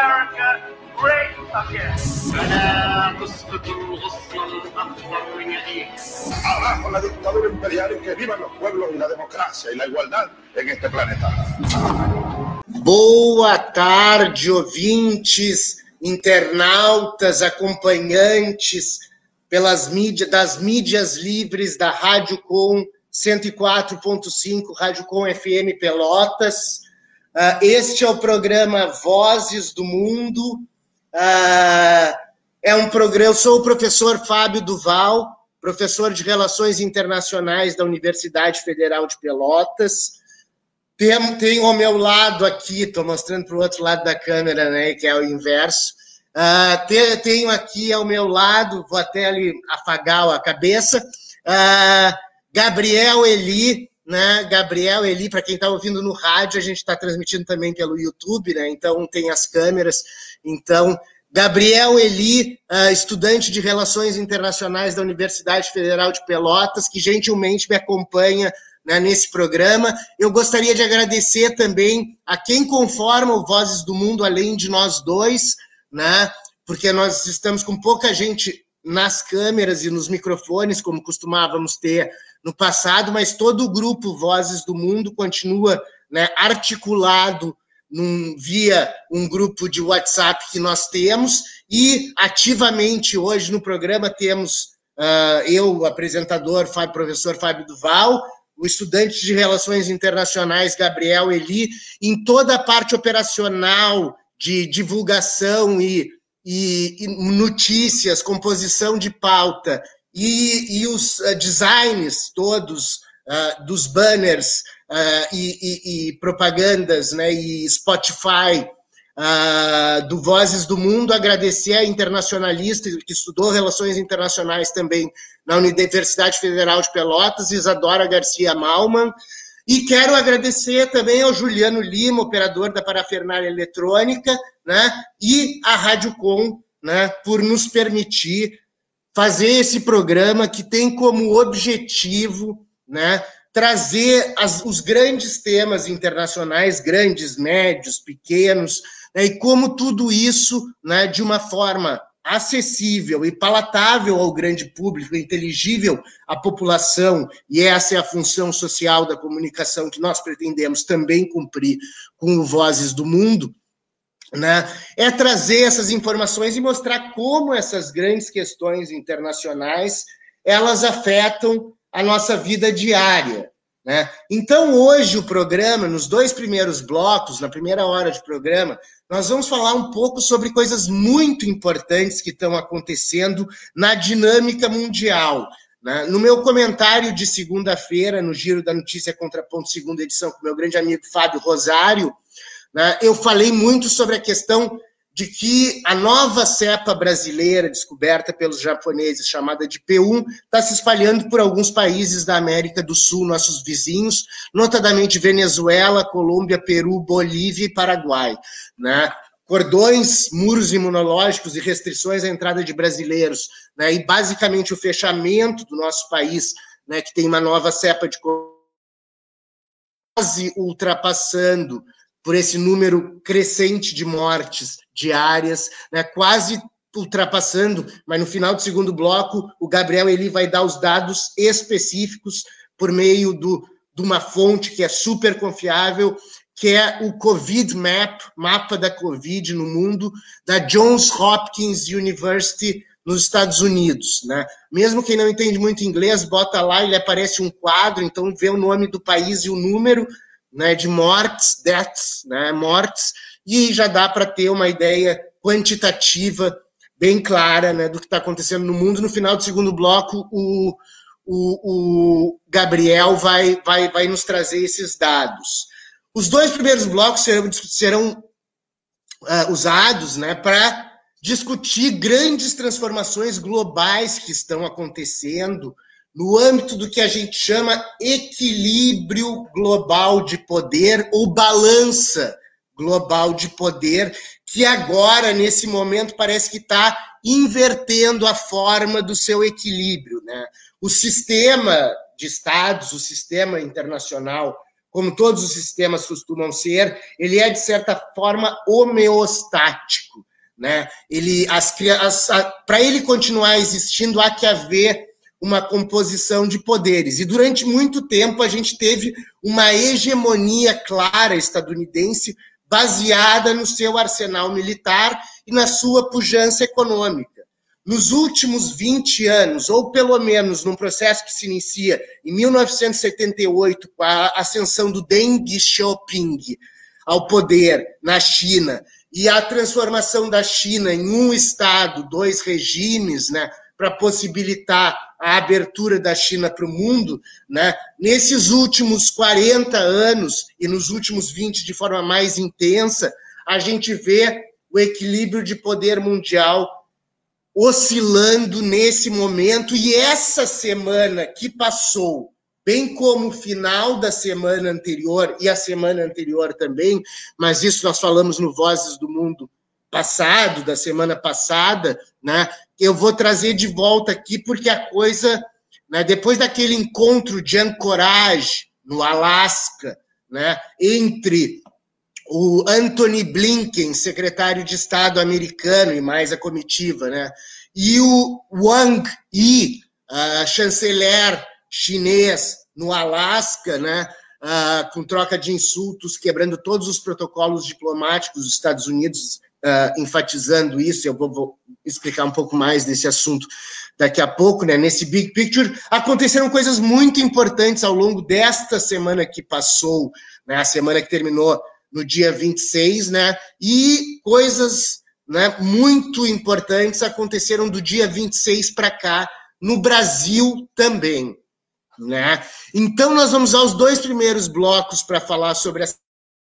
America great again. Abajo la dictadura imperial y que vivan los pueblos y la democracia y la igualdad en este planeta. Boa tarde, ouvintes, internautas, acompanhantes das mídias livres da Rádio Com 104.5, Rádio Com FM Pelotas. Este é o programa Vozes do Mundo. Eu sou o professor Fábio Duval, professor de Relações Internacionais da Universidade Federal de Pelotas. Tenho ao meu lado aqui, estou mostrando para o outro lado da câmera, né, que é o inverso. Tenho aqui ao meu lado, vou até ali afagar a cabeça, Gabriel Eli, né? Gabriel Eli, para quem está ouvindo no rádio, a gente está transmitindo também pelo YouTube, né? Então tem as câmeras. Então, Gabriel Eli, estudante de Relações Internacionais da Universidade Federal de Pelotas, que gentilmente me acompanha, né, nesse programa. Eu gostaria de agradecer também a quem conforma o Vozes do Mundo, além de nós dois, né? Porque nós estamos com pouca gente nas câmeras e nos microfones, como costumávamos ter no passado, mas todo o grupo Vozes do Mundo continua, né, articulado via um grupo de WhatsApp que nós temos, e ativamente hoje no programa temos eu, o apresentador, professor Fábio Duval, o estudante de Relações Internacionais, Gabriel Eli, em toda a parte operacional de divulgação e notícias, composição de pauta, e os designs todos dos banners e propagandas, né, e Spotify do Vozes do Mundo. Agradecer a internacionalista que estudou Relações Internacionais também na Universidade Federal de Pelotas, Isadora Garcia Malman. E quero agradecer também ao Juliano Lima, operador da parafernália eletrônica, né, e à Rádio Com, né, por nos permitir fazer esse programa que tem como objetivo, né, trazer os grandes temas internacionais, grandes, médios, pequenos, né, e como tudo isso, né, de uma forma acessível e palatável ao grande público, inteligível à população, e essa é a função social da comunicação que nós pretendemos também cumprir com o Vozes do Mundo, né, é trazer essas informações e mostrar como essas grandes questões internacionais, elas afetam a nossa vida diária, né? Então, hoje o programa, nos dois primeiros blocos, na primeira hora de programa, nós vamos falar um pouco sobre coisas muito importantes que estão acontecendo na dinâmica mundial, né? No meu comentário de segunda-feira, no Giro da Notícia Contraponto, segunda edição, com meu grande amigo Fábio Rosário, né, eu falei muito sobre a questão de que a nova cepa brasileira, descoberta pelos japoneses, chamada de P1, está se espalhando por alguns países da América do Sul, nossos vizinhos, notadamente Venezuela, Colômbia, Peru, Bolívia e Paraguai, né? Cordões, muros imunológicos e restrições à entrada de brasileiros, né, e basicamente o fechamento do nosso país, né, que tem uma nova cepa de quase ultrapassando por esse número crescente de mortes diárias, né, quase ultrapassando, mas no final do segundo bloco, o Gabriel Eli vai dar os dados específicos por meio de uma fonte que é super confiável, que é o Covid Map, mapa da Covid no mundo, da Johns Hopkins University, nos Estados Unidos, né? Mesmo quem não entende muito inglês, bota lá, ele aparece um quadro, então vê o nome do país e o número, né, de mortes, deaths, né, mortes, e já dá para ter uma ideia quantitativa bem clara, né, do que está acontecendo no mundo. No final do segundo bloco, o Gabriel vai nos trazer esses dados. Os dois primeiros blocos serão usados, né, para discutir grandes transformações globais que estão acontecendo no âmbito do que a gente chama equilíbrio global de poder ou balança global de poder, que agora, nesse momento, parece que está invertendo a forma do seu equilíbrio, né? O sistema de estados, o sistema internacional como todos os sistemas costumam ser, ele é, de certa forma, homeostático, né? Para ele continuar existindo, há que haver uma composição de poderes. E durante muito tempo a gente teve uma hegemonia clara estadunidense baseada no seu arsenal militar e na sua pujança econômica. Nos últimos 20 anos, ou pelo menos num processo que se inicia em 1978, com a ascensão do Deng Xiaoping ao poder na China, e a transformação da China em um Estado, dois regimes, né, para possibilitar a abertura da China para o mundo, né, nesses últimos 40 anos, e nos últimos 20 de forma mais intensa, a gente vê o equilíbrio de poder mundial oscilando nesse momento, e essa semana que passou, bem como o final da semana anterior e a semana anterior também, mas isso nós falamos no Vozes do Mundo passado, da semana passada, né? Eu vou trazer de volta aqui, porque a coisa, né, depois daquele encontro de Anchorage, no Alasca, né, entre o Antony Blinken, secretário de Estado americano, e mais a comitiva, né? E o Wang Yi, chanceler chinês, no Alasca, né? Com troca de insultos, quebrando todos os protocolos diplomáticos dos Estados Unidos, enfatizando isso. Eu vou explicar um pouco mais desse assunto daqui a pouco, né? Nesse big picture, aconteceram coisas muito importantes ao longo desta semana que passou, né? A semana que terminou no dia 26, né? E coisas, né, muito importantes aconteceram do dia 26 para cá, no Brasil também, né? Então, nós vamos aos dois primeiros blocos para falar sobre essa...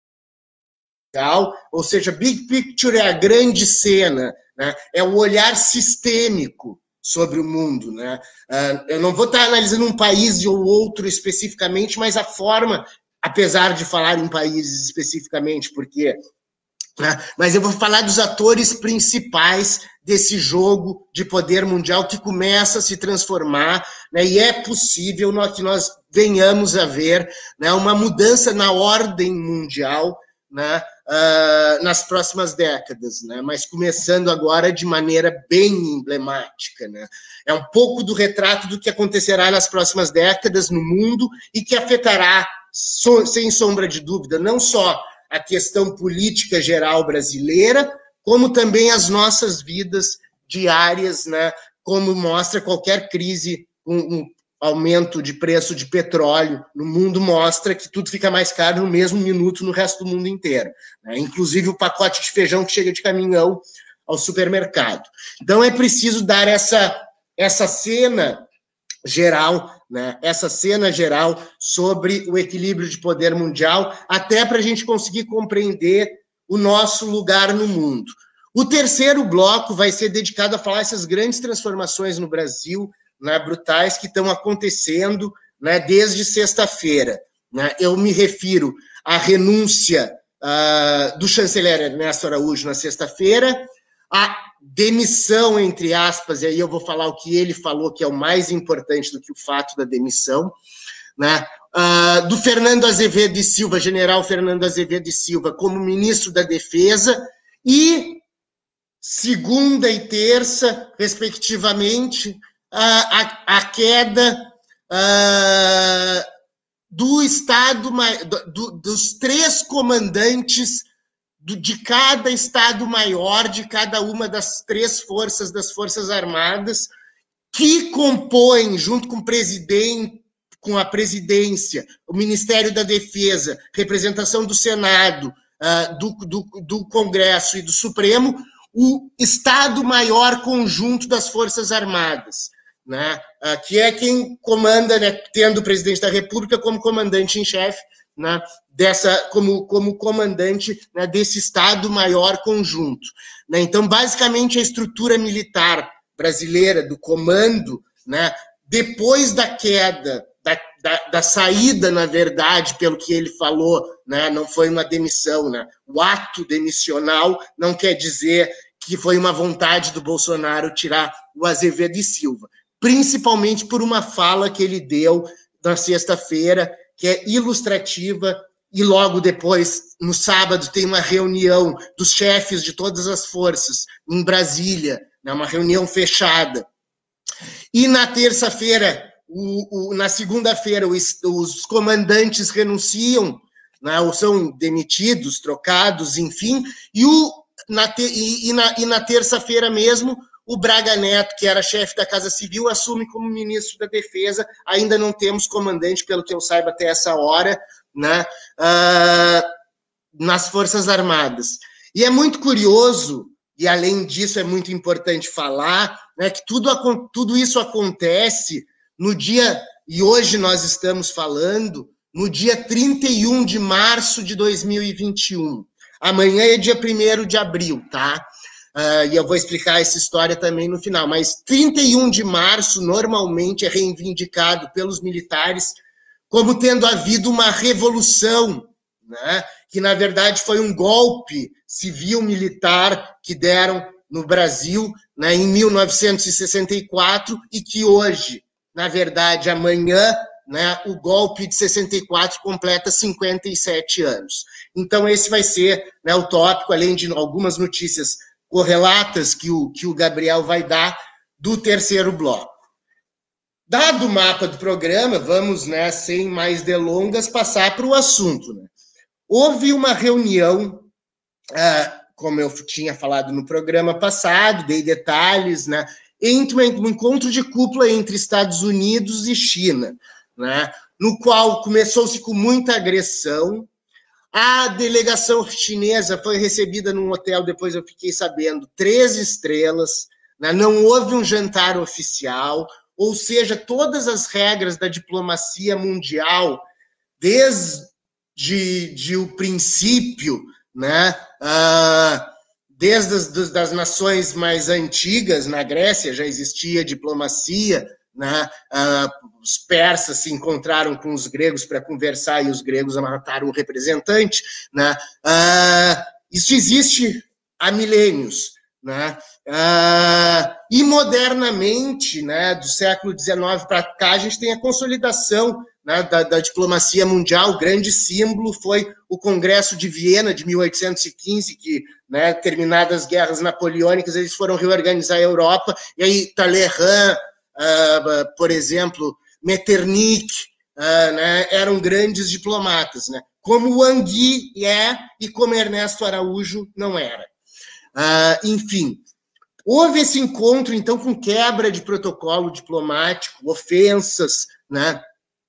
Ou seja, Big Picture é a grande cena, né? É o olhar sistêmico sobre o mundo, né? Eu não vou estar analisando um país ou outro especificamente, mas a forma, apesar de falar em países especificamente, porque... Mas eu vou falar dos atores principais desse jogo de poder mundial que começa a se transformar, né? E é possível que nós venhamos a ver, né, uma mudança na ordem mundial, né, nas próximas décadas, né? Mas começando agora de maneira bem emblemática, né? É um pouco do retrato do que acontecerá nas próximas décadas no mundo e que afetará, sem sombra de dúvida, não só a questão política geral brasileira, como também as nossas vidas diárias, né? Como mostra qualquer crise, um aumento de preço de petróleo no mundo, mostra que tudo fica mais caro no mesmo minuto no resto do mundo inteiro, né? Inclusive o pacote de feijão que chega de caminhão ao supermercado. Então é preciso dar essa cena geral, né? Essa cena geral sobre o equilíbrio de poder mundial, até para a gente conseguir compreender o nosso lugar no mundo. O terceiro bloco vai ser dedicado a falar essas grandes transformações no Brasil, né, brutais, que estão acontecendo, né, desde sexta-feira, né? Eu me refiro à renúncia do chanceler Ernesto Araújo na sexta-feira, a demissão, entre aspas, e aí eu vou falar o que ele falou, que é o mais importante do que o fato da demissão, né? Do Fernando Azevedo e Silva, general Fernando Azevedo e Silva, como ministro da Defesa, e segunda e terça, respectivamente, a queda do Estado, dos três comandantes de cada Estado maior, de cada uma das três forças das Forças Armadas, que compõem, junto com o presidente, com a presidência, o Ministério da Defesa, representação do Senado, do Congresso e do Supremo, o Estado-Maior Conjunto das Forças Armadas, né? Que é quem comanda, né, tendo o presidente da República como comandante em chefe, né, como comandante, né, desse Estado-Maior Conjunto, né? Então, basicamente, a estrutura militar brasileira do comando, né, depois da queda, da saída, na verdade, pelo que ele falou, né, não foi uma demissão, né? O ato demissional não quer dizer que foi uma vontade do Bolsonaro tirar o Azevedo e Silva, principalmente por uma fala que ele deu na sexta-feira, que é ilustrativa, e logo depois, no sábado, tem uma reunião dos chefes de todas as forças em Brasília, né, uma reunião fechada. E na terça-feira, na segunda-feira, os comandantes renunciam, né, ou são demitidos, trocados, enfim, e na terça-feira mesmo, o Braga Neto, que era chefe da Casa Civil, assume como ministro da Defesa. Ainda não temos comandante, pelo que eu saiba, até essa hora, né, nas Forças Armadas. E é muito curioso, e além disso é muito importante falar, né, que tudo isso acontece no dia, e hoje nós estamos falando, no dia 31 de março de 2021. Amanhã é dia 1º de abril, tá? E eu vou explicar essa história também no final, mas 31 de março normalmente é reivindicado pelos militares como tendo havido uma revolução, né, que na verdade foi um golpe civil-militar que deram no Brasil, né, em 1964, e que hoje, na verdade, amanhã, né, o golpe de 64 completa 57 anos. Então esse vai ser, né, o tópico, além de algumas notícias correlatas que o Gabriel vai dar do terceiro bloco. Dado o mapa do programa, vamos, né, sem mais delongas, passar para o assunto. Né? Houve uma reunião, como eu tinha falado no programa passado, dei detalhes, né, entre um encontro de cúpula entre Estados Unidos e China, né, no qual começou-se com muita agressão. A delegação chinesa foi recebida num hotel, depois eu fiquei sabendo, 3 estrelas, né, não houve um jantar oficial. Ou seja, todas as regras da diplomacia mundial, desde o princípio, né, desde as nações mais antigas, na Grécia já existia diplomacia, né, os persas se encontraram com os gregos para conversar e os gregos mataram um representante, né, isso existe há milênios. Né? E modernamente, né, do século XIX para cá, a gente tem a consolidação, né, da diplomacia mundial. O grande símbolo foi o Congresso de Viena, de 1815, que, né, terminadas as guerras napoleônicas, eles foram reorganizar a Europa, e aí Talleyrand, por exemplo, Metternich, né, eram grandes diplomatas, né, como Wang Yi e como Ernesto Araújo não era. Enfim, houve esse encontro, então, com quebra de protocolo diplomático, ofensas, né,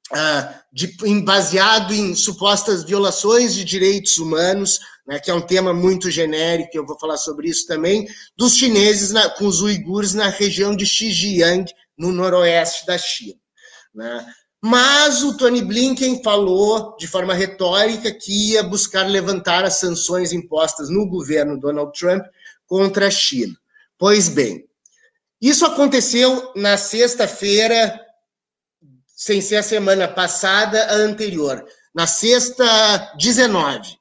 baseado em supostas violações de direitos humanos, né, que é um tema muito genérico, eu vou falar sobre isso também, dos chineses com os uigures na região de Xinjiang, no noroeste da China. Né. Mas o Tony Blinken falou de forma retórica que ia buscar levantar as sanções impostas no governo Donald Trump contra a China. Pois bem, isso aconteceu na sexta-feira, sem ser a semana passada, a anterior, na sexta 19.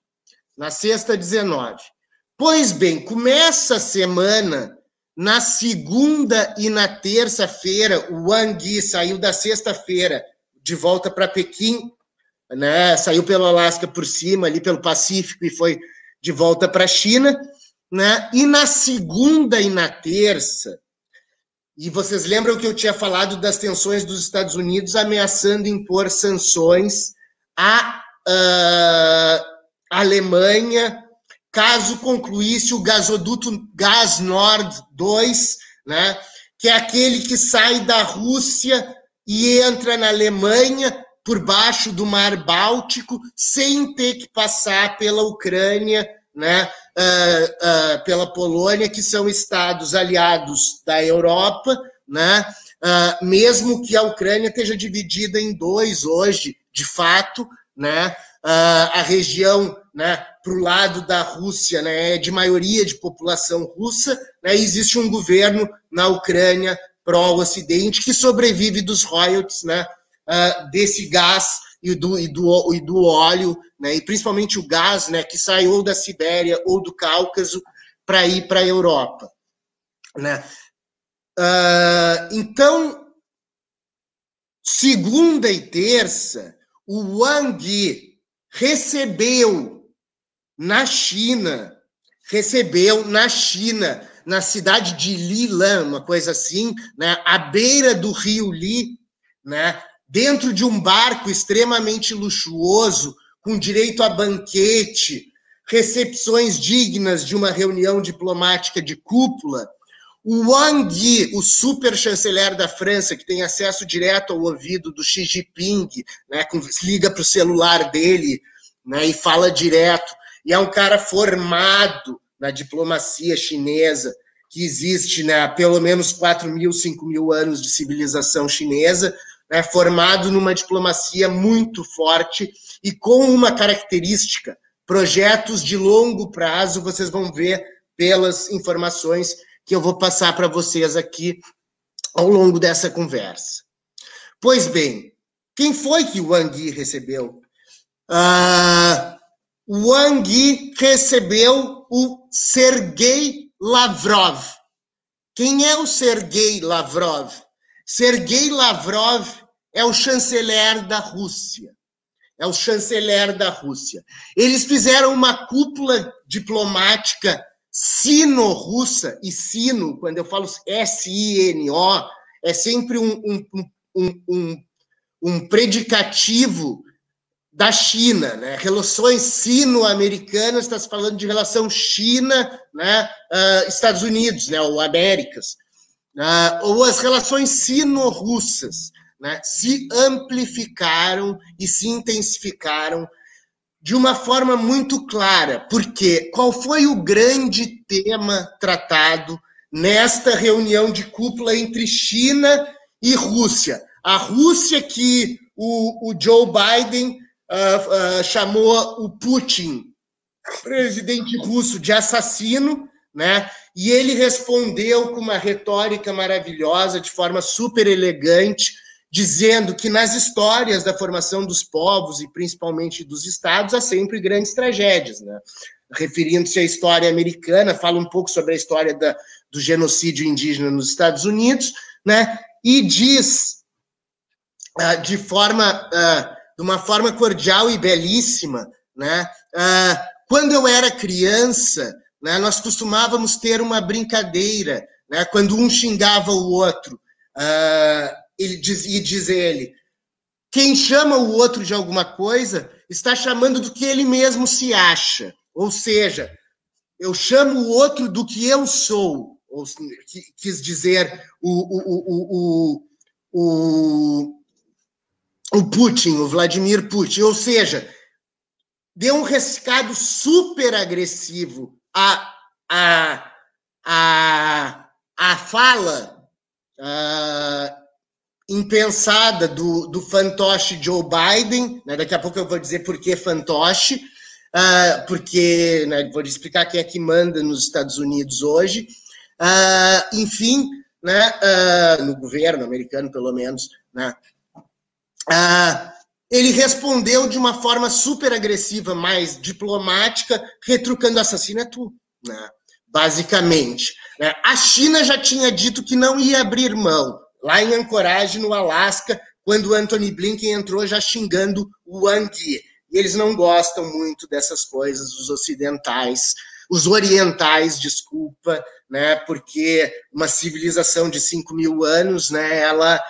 Pois bem, começa a semana, na segunda e na terça-feira, o Wang Yi saiu da sexta-feira de volta para Pequim, né, saiu pelo Alasca por cima, ali pelo Pacífico, e foi de volta para a China, né, e na segunda e na terça, e vocês lembram que eu tinha falado das tensões dos Estados Unidos ameaçando impor sanções à Alemanha, caso concluísse o gasoduto Gas Nord 2, né, que é aquele que sai da Rússia e entra na Alemanha por baixo do Mar Báltico, sem ter que passar pela Ucrânia, né, pela Polônia, que são estados aliados da Europa, né, mesmo que a Ucrânia esteja dividida em 2 hoje, de fato, né, a região, né, para o lado da Rússia, né, é de maioria de população russa, né, e existe um governo na Ucrânia pró-Ocidente que sobrevive dos royalties, né, desse gás e do óleo, né, e principalmente o gás, né, que sai ou da Sibéria ou do Cáucaso para ir para a Europa. Né. Então, segunda e terça, o Wang Yi recebeu na China, na cidade de Lilan, uma coisa assim, né, à beira do rio Li, né, dentro de um barco extremamente luxuoso, com direito a banquete, recepções dignas de uma reunião diplomática de cúpula. O Wang Yi, o super chanceler da França, que tem acesso direto ao ouvido do Xi Jinping, né, liga para o celular dele, né, e fala direto, e é um cara formado na diplomacia chinesa, que existe, né, há pelo menos 4.000, 5.000 anos de civilização chinesa, né, formado numa diplomacia muito forte e com uma característica, projetos de longo prazo, vocês vão ver pelas informações que eu vou passar para vocês aqui ao longo dessa conversa. Pois bem, quem foi que o Wang Yi recebeu? O Wang Yi recebeu o Sergei Lavrov. Quem é o Sergei Lavrov? Sergei Lavrov é o chanceler da Rússia. Eles fizeram uma cúpula diplomática sino-russa, e sino, quando eu falo S-I-N-O, é sempre um predicativo da China, né? Relações sino-americanas, está se falando de relação China, né? Estados Unidos, né? Ou Américas, ou as relações sino-russas, né? Se amplificaram e se intensificaram de uma forma muito clara, porque qual foi o grande tema tratado nesta reunião de cúpula entre China e Rússia? A Rússia que o Joe Biden chamou o Putin, presidente russo, de assassino, né? E ele respondeu com uma retórica maravilhosa, de forma super elegante, dizendo que nas histórias da formação dos povos e principalmente dos estados há sempre grandes tragédias, né? Referindo-se à história americana, fala um pouco sobre a história do genocídio indígena nos Estados Unidos, né? E diz de uma forma cordial e belíssima, né? Quando eu era criança, né, nós costumávamos ter uma brincadeira, né, quando um xingava o outro, diz ele, quem chama o outro de alguma coisa está chamando do que ele mesmo se acha, ou seja, eu chamo o outro do que eu sou, ou quis dizer o Putin, o Vladimir Putin, ou seja, deu um recado super agressivo à fala impensada do fantoche Joe Biden, né? Daqui a pouco eu vou dizer por que fantoche, porque, né, vou explicar quem é que manda nos Estados Unidos hoje, enfim, né, no governo americano, pelo menos, né, ele respondeu de uma forma super agressiva, mais diplomática, retrucando assassino é tu, né, basicamente. Né. A China já tinha dito que não ia abrir mão, lá em Anchorage, no Alasca, quando o Antony Blinken entrou já xingando o Wang Yi. E eles não gostam muito dessas coisas, os ocidentais, os orientais, desculpa, né, porque uma civilização de 5.000 anos, né, ela...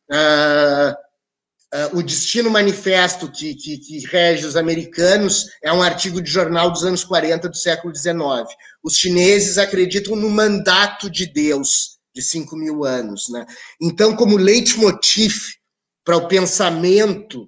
o Destino Manifesto que rege os americanos é um artigo de jornal dos anos 40 do século XIX. Os chineses acreditam no mandato de Deus, de 5.000 anos. Né? Então, como leitmotiv para o pensamento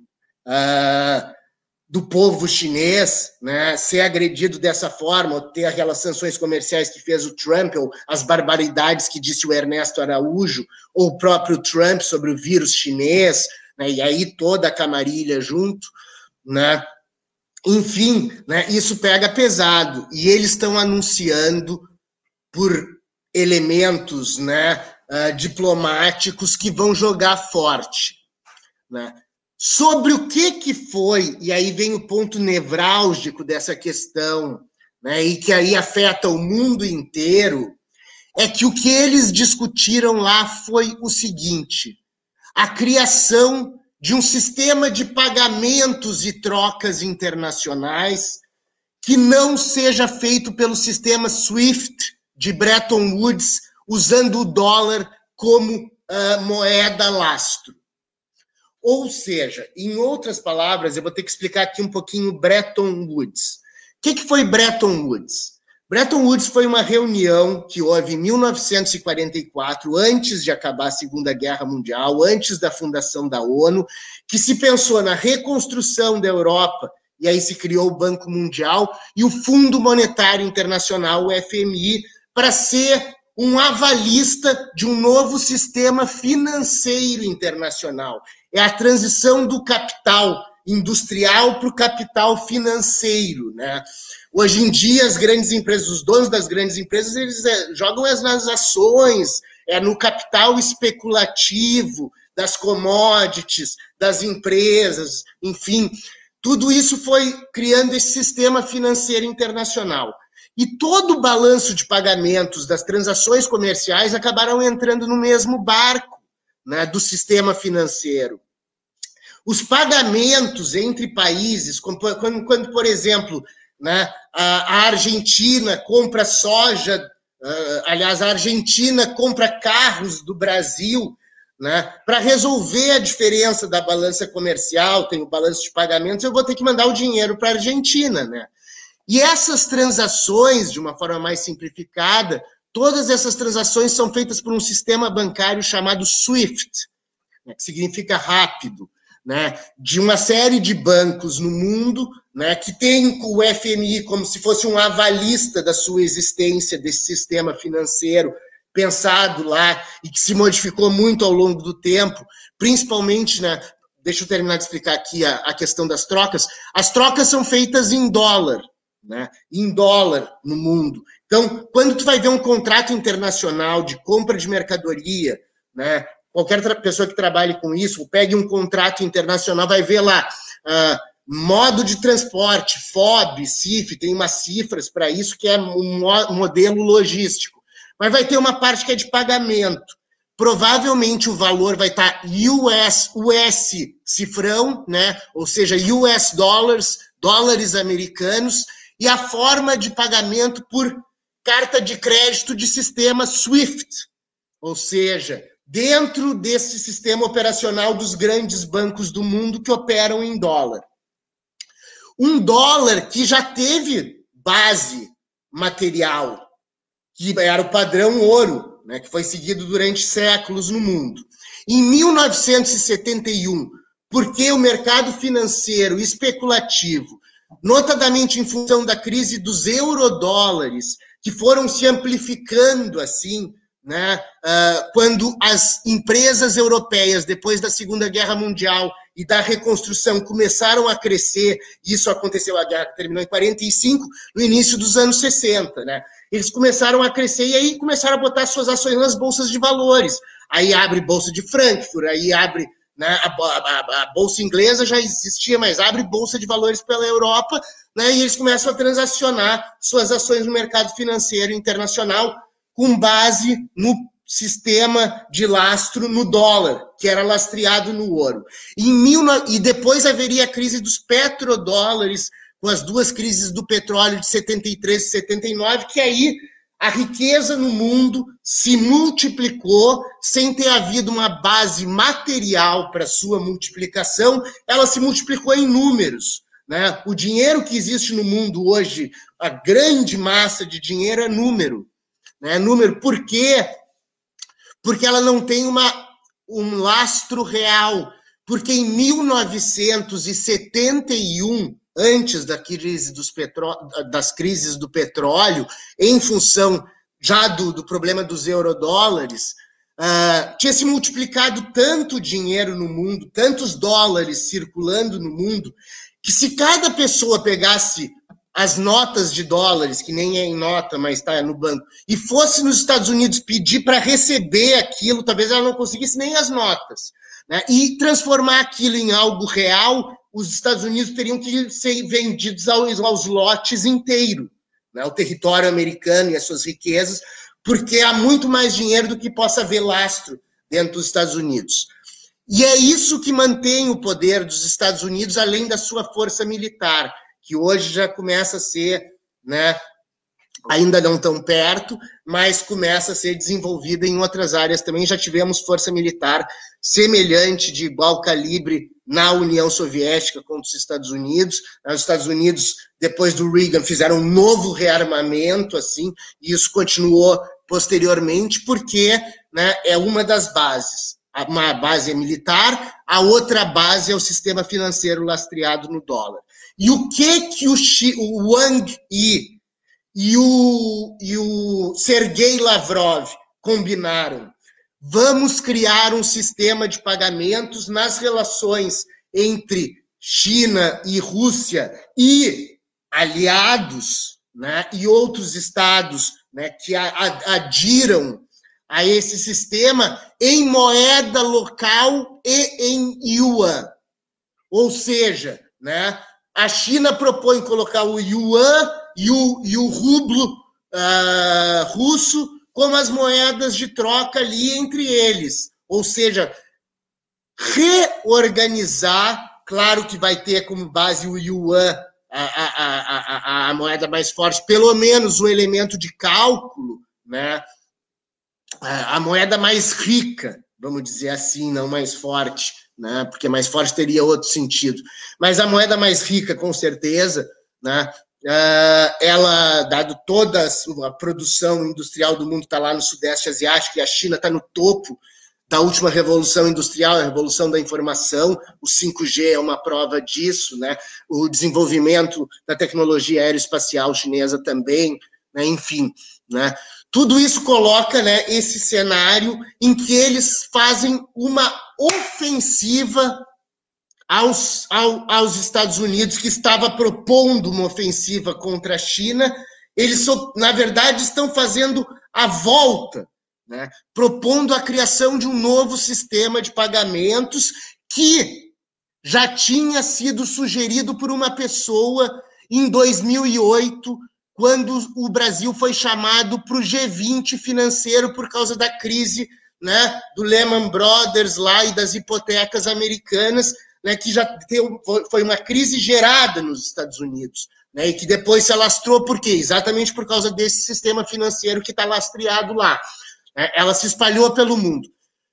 do povo chinês, né, ser agredido dessa forma, ou ter aquelas sanções comerciais que fez o Trump, ou as barbaridades que disse o Ernesto Araújo, ou o próprio Trump sobre o vírus chinês, né, e aí toda a camarilha junto, né? Enfim, né, isso pega pesado, e eles estão anunciando por elementos, né, diplomáticos que vão jogar forte. Né? Sobre o que foi, e aí vem o ponto nevrálgico dessa questão, né, e que aí afeta o mundo inteiro, é que o que eles discutiram lá foi o seguinte: a criação de um sistema de pagamentos e trocas internacionais que não seja feito pelo sistema SWIFT de Bretton Woods, usando o dólar como moeda lastro. Ou seja, em outras palavras, eu vou ter que explicar aqui um pouquinho Bretton Woods. O que foi Bretton Woods? Bretton Woods foi uma reunião que houve em 1944, antes de acabar a Segunda Guerra Mundial, antes da fundação da ONU, que se pensou na reconstrução da Europa, e aí se criou o Banco Mundial e o Fundo Monetário Internacional, o FMI, para ser um avalista de um novo sistema financeiro internacional. É a transição do capital industrial para o capital financeiro, né? Hoje em dia, as grandes empresas, os donos das grandes empresas, eles jogam nas ações, no capital especulativo, das commodities, das empresas, enfim. Tudo isso foi criando esse sistema financeiro internacional. E todo o balanço de pagamentos das transações comerciais acabaram entrando no mesmo barco, né, do sistema financeiro. Os pagamentos entre países, quando por exemplo, né, a Argentina compra soja, aliás, a Argentina compra carros do Brasil, né, para resolver a diferença da balança comercial, tem o balanço de pagamentos, eu vou ter que mandar o dinheiro para a Argentina, né? E essas transações, de uma forma mais simplificada, todas essas transações são feitas por um sistema bancário chamado SWIFT, né, que significa rápido, né, de uma série de bancos no mundo, né, que tem o FMI como se fosse um avalista da sua existência, desse sistema financeiro pensado lá e que se modificou muito ao longo do tempo, principalmente, né, deixa eu terminar de explicar aqui a questão das trocas. As trocas são feitas em dólar, né, em dólar no mundo. Então, quando tu vai ver um contrato internacional de compra de mercadoria, né, qualquer pessoa que trabalhe com isso, pegue um contrato internacional, vai ver lá modo de transporte, FOB, CIF, tem umas cifras para isso, que é um modelo logístico. Mas vai ter uma parte que é de pagamento. Provavelmente o valor vai estar US cifrão, né? Ou seja, US dollars, dólares americanos, e a forma de pagamento por carta de crédito de sistema SWIFT, ou seja, dentro desse sistema operacional dos grandes bancos do mundo que operam em dólar. Um dólar que já teve base material, que era o padrão ouro, né, que foi seguido durante séculos no mundo. Em 1971, porque o mercado financeiro especulativo, notadamente em função da crise dos eurodólares, que foram se amplificando assim, né, quando as empresas europeias, depois da Segunda Guerra Mundial e da reconstrução, começaram a crescer, isso aconteceu, a guerra terminou em 45, no início dos anos 60, né? Eles começaram a crescer e aí começaram a botar suas ações nas bolsas de valores. Aí abre bolsa de Frankfurt, aí abre, né, a bolsa inglesa já existia, mas abre bolsa de valores pela Europa, né, e eles começam a transacionar suas ações no mercado financeiro internacional com base no sistema de lastro no dólar, que era lastreado no ouro. E depois haveria a crise dos petrodólares, com as duas crises do petróleo de 73 e 79, que aí a riqueza no mundo se multiplicou sem ter havido uma base material para sua multiplicação, ela se multiplicou em números, né? O dinheiro que existe no mundo hoje, a grande massa de dinheiro é número. Né? Número, por quê? Porque ela não tem um lastro real. Porque em 1971, antes das crises do petróleo, em função já do problema dos eurodólares, tinha se multiplicado tanto dinheiro no mundo, tantos dólares circulando no mundo, que se cada pessoa pegasse as notas de dólares, que nem é em nota, mas está no banco, e fosse nos Estados Unidos pedir para receber aquilo, talvez ela não conseguisse nem as notas, né? E transformar aquilo em algo real, os Estados Unidos teriam que ser vendidos aos lotes inteiros, né? O território americano e as suas riquezas, porque há muito mais dinheiro do que possa haver lastro dentro dos Estados Unidos. E é isso que mantém o poder dos Estados Unidos, além da sua força militar, que hoje já começa a ser, né, ainda não tão perto, mas começa a ser desenvolvida em outras áreas também. Já tivemos força militar semelhante, de igual calibre, na União Soviética contra os Estados Unidos. Os Estados Unidos, depois do Reagan, fizeram um novo rearmamento, assim, e isso continuou posteriormente, porque, né, é uma das bases. Uma base é militar, a outra base é o sistema financeiro lastreado no dólar. E o que o Wang Yi e o Sergei Lavrov combinaram? Vamos criar um sistema de pagamentos nas relações entre China e Rússia e aliados, né, e outros estados, né, que adiram a esse sistema em moeda local e em yuan. Ou seja, né, a China propõe colocar o yuan e o rublo russo como as moedas de troca ali entre eles. Ou seja, reorganizar, claro que vai ter como base o yuan, a moeda mais forte, pelo menos o elemento de cálculo, né? A moeda mais rica, vamos dizer assim, não mais forte, né? Porque mais forte teria outro sentido. Mas a moeda mais rica, com certeza, né? Ela, dado toda a produção industrial do mundo, está lá no Sudeste Asiático, e a China está no topo da última revolução industrial, a revolução da informação. O 5G é uma prova disso, né? O desenvolvimento da tecnologia aeroespacial chinesa também, né? Enfim, né? Tudo isso coloca, né, esse cenário em que eles fazem uma ofensiva aos Estados Unidos, que estava propondo uma ofensiva contra a China. Eles, na verdade, estão fazendo a volta, né, propondo a criação de um novo sistema de pagamentos que já tinha sido sugerido por uma pessoa em 2008, quando o Brasil foi chamado para o G20 financeiro por causa da crise, né, do Lehman Brothers lá e das hipotecas americanas, né, que já foi uma crise gerada nos Estados Unidos, né, e que depois se alastrou. Por quê? Exatamente por causa desse sistema financeiro que está lastreado lá. Ela se espalhou pelo mundo.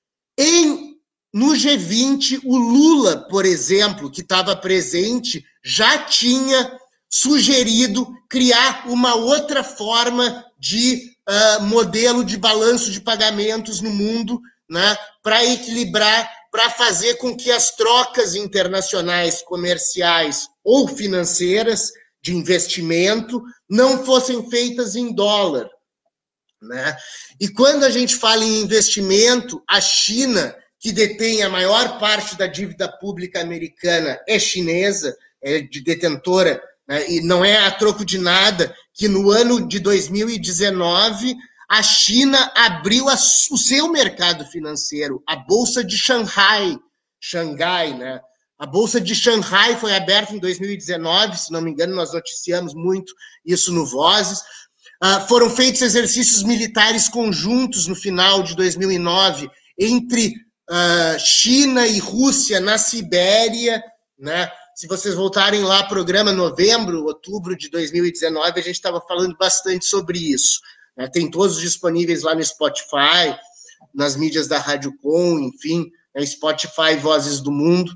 No G20, o Lula, por exemplo, que estava presente, já tinha sugerido criar uma outra forma de modelo de balanço de pagamentos no mundo, né, para equilibrar, para fazer com que as trocas internacionais comerciais ou financeiras de investimento não fossem feitas em dólar, né? E quando a gente fala em investimento, a China, que detém a maior parte da dívida pública americana, é chinesa, é de detentora, né? E não é a troco de nada que no ano de 2019 a China abriu o seu mercado financeiro, a Bolsa de Xangai, né? A Bolsa de Xangai foi aberta em 2019, se não me engano, nós noticiamos muito isso no Vozes. Foram feitos exercícios militares conjuntos no final de 2009 entre China e Rússia na Sibéria, né? Se vocês voltarem lá, programa novembro, outubro de 2019, a gente estava falando bastante sobre isso. Tem todos disponíveis lá no Spotify, nas mídias da Rádio Com, enfim, Spotify, Vozes do Mundo,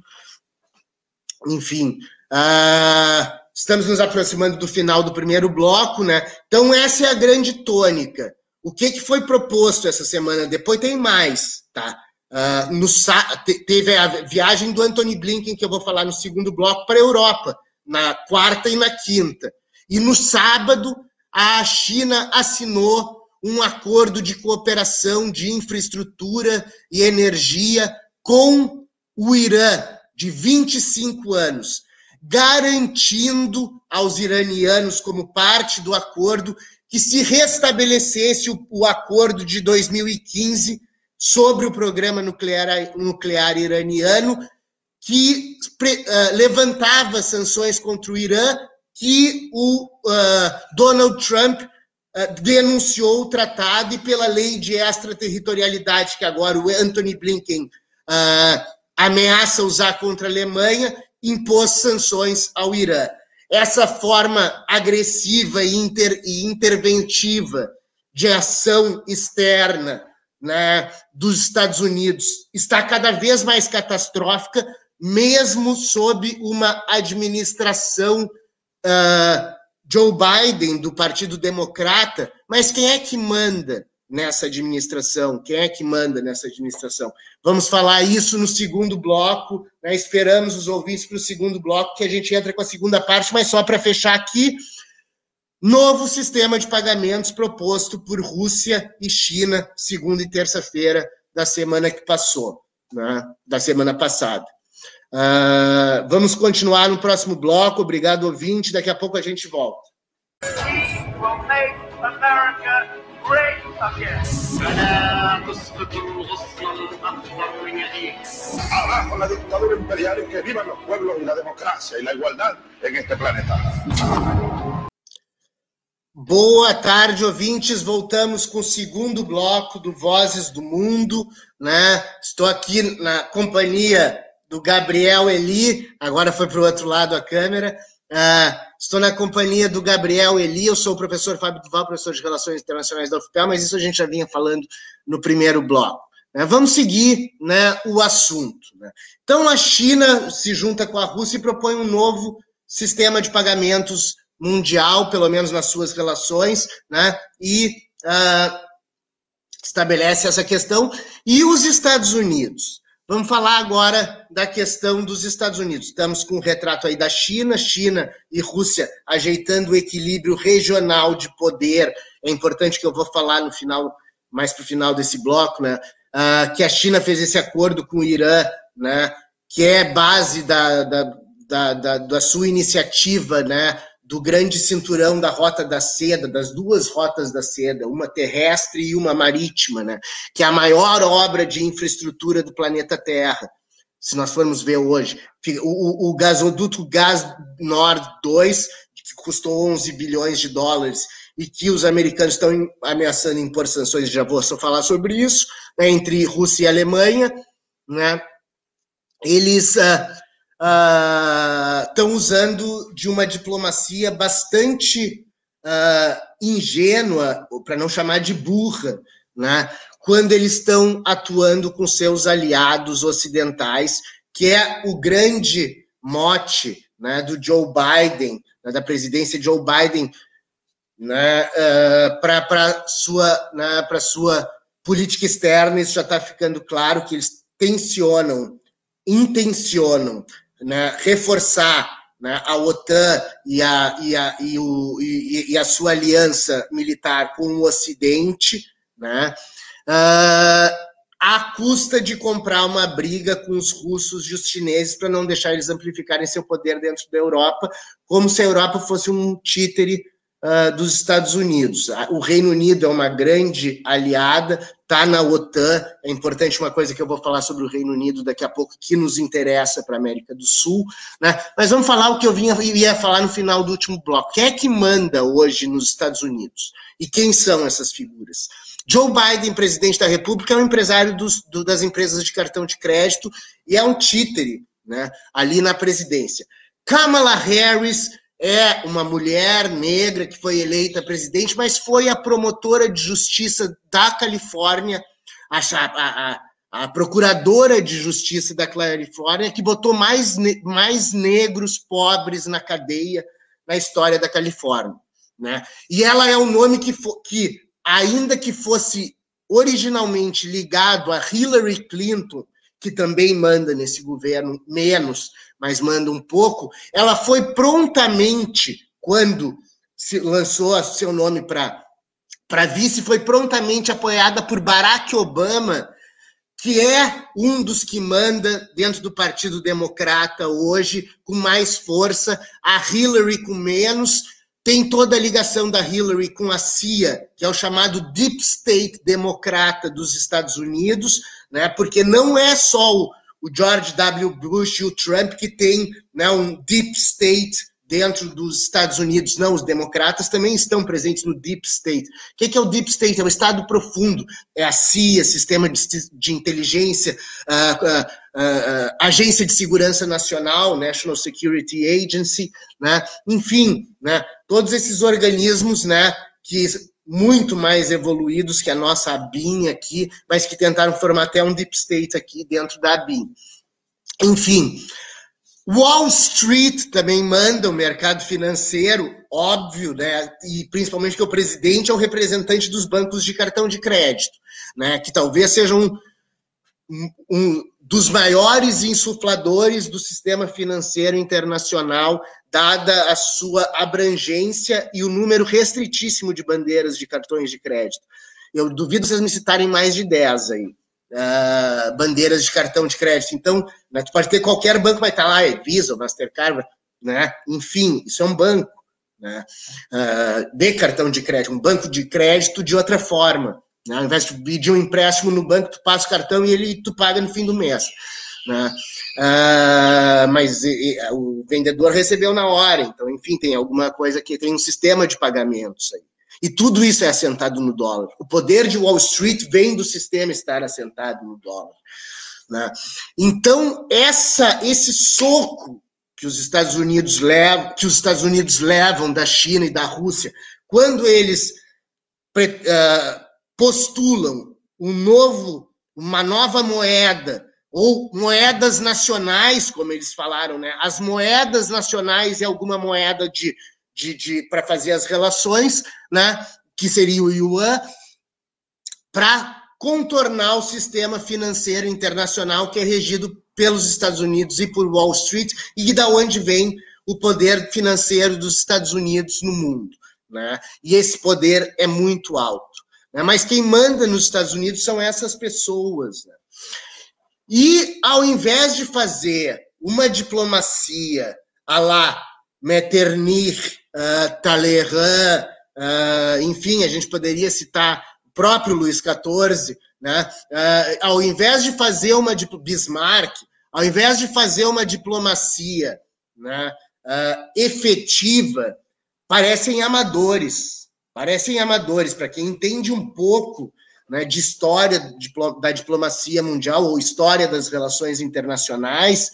enfim. Estamos nos aproximando do final do primeiro bloco, né? Então, essa é a grande tônica. O que foi proposto essa semana? Depois tem mais, tá? Teve a viagem do Antony Blinken, que eu vou falar no segundo bloco, para a Europa, na quarta e na quinta. E no sábado, a China assinou um acordo de cooperação de infraestrutura e energia com o Irã, de 25 anos, garantindo aos iranianos, como parte do acordo, que se restabelecesse o acordo de 2015 sobre o programa nuclear iraniano, que levantava sanções contra o Irã, que o Donald Trump denunciou o tratado, e pela lei de extraterritorialidade, que agora o Antony Blinken ameaça usar contra a Alemanha, impôs sanções ao Irã. Essa forma agressiva e interventiva de ação externa, né, dos Estados Unidos está cada vez mais catastrófica, mesmo sob uma administração Joe Biden, do Partido Democrata. Mas quem é que manda nessa administração? Quem é que manda nessa administração? Vamos falar isso no segundo bloco, né? Esperamos os ouvintes para o segundo bloco, que a gente entra com a segunda parte, mas só para fechar aqui, novo sistema de pagamentos proposto por Rússia e China, segunda e terça-feira da semana que passou, né? Da semana passada. Vamos continuar no próximo bloco. Obrigado, ouvinte. Daqui a pouco a gente volta. We will make America great again. Abajo la dictadura imperial y que vivan los pueblos y la democracia y la igualdad en este planeta. Boa tarde, ouvintes. Voltamos com o segundo bloco do Vozes do Mundo, né? Estou aqui na companhia do Gabriel Eli, agora foi para o outro lado a câmera. Estou na companhia do Gabriel Eli, eu sou o professor Fábio Duval, professor de Relações Internacionais da UFPEL, mas isso a gente já vinha falando no primeiro bloco. Vamos seguir, né, o assunto, né? Então, a China se junta com a Rússia e propõe um novo sistema de pagamentos mundial, pelo menos nas suas relações, né, e estabelece essa questão. E os Estados Unidos? Vamos falar agora da questão dos Estados Unidos. Estamos com um retrato aí da China e Rússia ajeitando o equilíbrio regional de poder. É importante que eu vou falar no final, mais para o final desse bloco, né, que a China fez esse acordo com o Irã, né, que é base da sua iniciativa, né, do grande cinturão da Rota da Seda, das duas rotas da seda, uma terrestre e uma marítima, né, que é a maior obra de infraestrutura do planeta Terra, se nós formos ver hoje. O gasoduto Gaz Nord 2, que custou 11 bilhões de dólares, e que os americanos estão ameaçando impor sanções, já vou só falar sobre isso, né, entre Rússia e Alemanha, né, eles estão usando de uma diplomacia bastante ingênua, para não chamar de burra, né, quando eles estão atuando com seus aliados ocidentais, que é o grande mote, né, do Joe Biden, né, da presidência de Joe Biden, né, para sua política externa. Isso já está ficando claro, que eles intencionam, né, reforçar, né, a OTAN e a sua aliança militar com o Ocidente, né, à custa de comprar uma briga com os russos e os chineses para não deixar eles amplificarem seu poder dentro da Europa, como se a Europa fosse um títere dos Estados Unidos. O Reino Unido é uma grande aliada, está na OTAN. É importante uma coisa que eu vou falar sobre o Reino Unido daqui a pouco, que nos interessa para a América do Sul, né? Mas vamos falar o que eu ia falar no final do último bloco. Quem é que manda hoje nos Estados Unidos? E quem são essas figuras? Joe Biden, presidente da República, é um empresário das empresas de cartão de crédito e é um títere, né, ali na presidência. Kamala Harris é uma mulher negra que foi eleita presidente, mas foi a promotora de justiça da Califórnia, a procuradora de justiça da Califórnia, que botou mais negros pobres na cadeia na história da Califórnia, né? E ela é um nome que, ainda que fosse originalmente ligado a Hillary Clinton, que também manda nesse governo menos, mas manda um pouco, ela foi prontamente, quando se lançou seu nome para vice, foi prontamente apoiada por Barack Obama, que é um dos que manda dentro do Partido Democrata hoje, com mais força, a Hillary com menos. Tem toda a ligação da Hillary com a CIA, que é o chamado Deep State democrata dos Estados Unidos, né? Porque não é só o George W. Bush e o Trump que tem, né, um Deep State dentro dos Estados Unidos. Não, os democratas também estão presentes no Deep State. O que é o Deep State? É o Estado profundo, é a CIA, sistema de inteligência, Agência de Segurança Nacional, National Security Agency, né? Enfim, né? Todos esses organismos, né, que muito mais evoluídos que a nossa ABIN aqui, mas que tentaram formar até um deep state aqui dentro da ABIN. Enfim, Wall Street também manda, o mercado financeiro, óbvio, né? E principalmente que o presidente é o representante dos bancos de cartão de crédito, né? Que talvez sejam um dos maiores insufladores do sistema financeiro internacional, dada a sua abrangência e o número restritíssimo de bandeiras de cartões de crédito. Eu duvido vocês me citarem mais de 10 aí, bandeiras de cartão de crédito. Então, né, tu pode ter qualquer banco, vai estar lá, Visa, Mastercard, né? Enfim, isso é um banco, né? De cartão de crédito, um banco de crédito de outra forma. Né? Ao invés de pedir um empréstimo no banco, tu passa o cartão e tu paga no fim do mês. Né? Mas o vendedor recebeu na hora, então, enfim, tem alguma coisa que tem um sistema de pagamentos aí. E tudo isso é assentado no dólar. O poder de Wall Street vem do sistema estar assentado no dólar. Né? Então, esse soco que os Estados Unidos levam da China e da Rússia, quando eles postulam uma nova moeda, ou moedas nacionais, como eles falaram, né? As moedas nacionais é alguma moeda para fazer as relações, né? Que seria o yuan, para contornar o sistema financeiro internacional que é regido pelos Estados Unidos e por Wall Street, e da onde vem o poder financeiro dos Estados Unidos no mundo, né? E esse poder é muito alto. Mas quem manda nos Estados Unidos são essas pessoas. Né? E, ao invés de fazer uma diplomacia à la Metternich, Talleyrand, enfim, a gente poderia citar o próprio Luís XIV, né? Ao invés de fazer Bismarck, ao invés de fazer uma diplomacia, né, efetiva, parecem amadores. Para quem entende um pouco, né, de história da diplomacia mundial ou história das relações internacionais,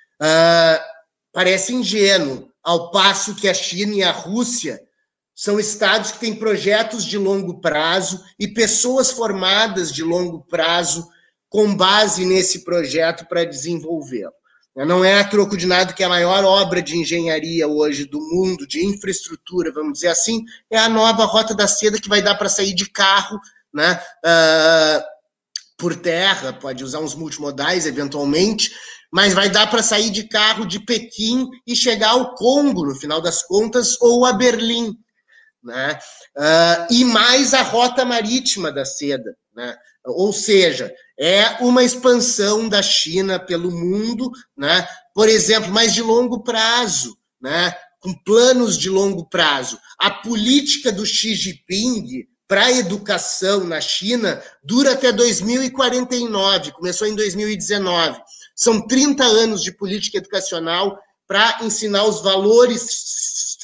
parece ingênuo, ao passo que a China e a Rússia são estados que têm projetos de longo prazo e pessoas formadas de longo prazo com base nesse projeto para desenvolvê-lo. Não é a troco de nada que a maior obra de engenharia hoje do mundo, de infraestrutura, vamos dizer assim, é a nova Rota da Seda, que vai dar para sair de carro, né, por terra, pode usar uns multimodais eventualmente, mas vai dar para sair de carro de Pequim e chegar ao Congo, no final das contas, ou a Berlim. Né? E mais a Rota Marítima da Seda, né? Ou seja, é uma expansão da China pelo mundo, né? Por exemplo, mas de longo prazo, né? Com planos de longo prazo. A política do Xi Jinping para a educação na China dura até 2049, começou em 2019. São 30 anos de política educacional para ensinar os valores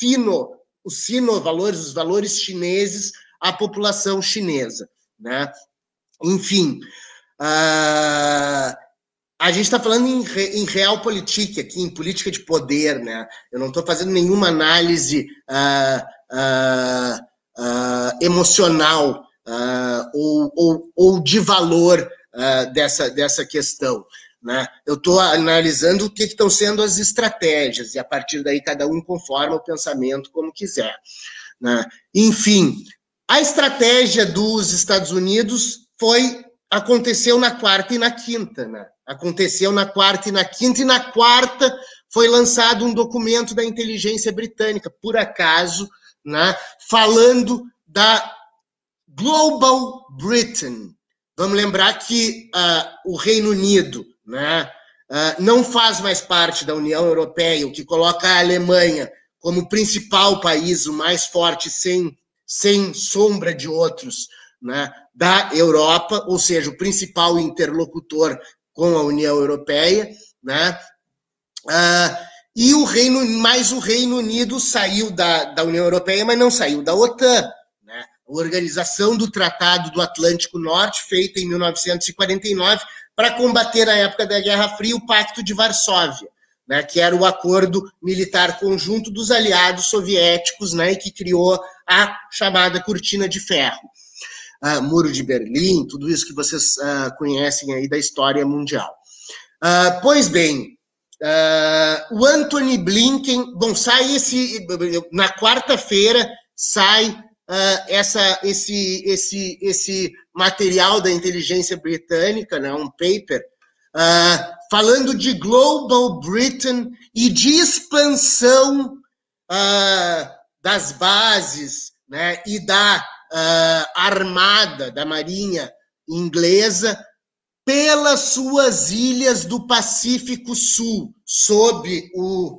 os valores chineses à população chinesa, né? Enfim, a gente está falando em realpolitik aqui, em política de poder, né? Eu não estou fazendo nenhuma análise emocional ou de valor dessa questão, né? Eu estou analisando o que estão sendo as estratégias, e a partir daí cada um conforma o pensamento como quiser, né? Enfim, a estratégia dos Estados Unidos aconteceu na quarta e na quinta, né? Aconteceu na quarta e na quinta, e na quarta foi lançado um documento da inteligência britânica, por acaso, né? Falando da Global Britain. Vamos lembrar que o Reino Unido, né, não faz mais parte da União Europeia, o que coloca a Alemanha como o principal país, o mais forte, sem sombra de outros, né, da Europa, ou seja, o principal interlocutor com a União Europeia, né? E o Reino Unido saiu da União Europeia, mas não saiu da OTAN, né? A Organização do Tratado do Atlântico Norte, feita em 1949, para combater, na época da Guerra Fria, o Pacto de Varsóvia, né, que era o acordo militar conjunto dos aliados soviéticos, né, e que criou a chamada Cortina de Ferro. Muro de Berlim, tudo isso que vocês conhecem aí da história mundial. Pois bem, o Antony Blinken, bom, sai na quarta-feira sai esse material da inteligência britânica, né, um paper, falando de Global Britain e de expansão das bases, né, e da armada, da marinha inglesa, pelas suas ilhas do Pacífico Sul, sob o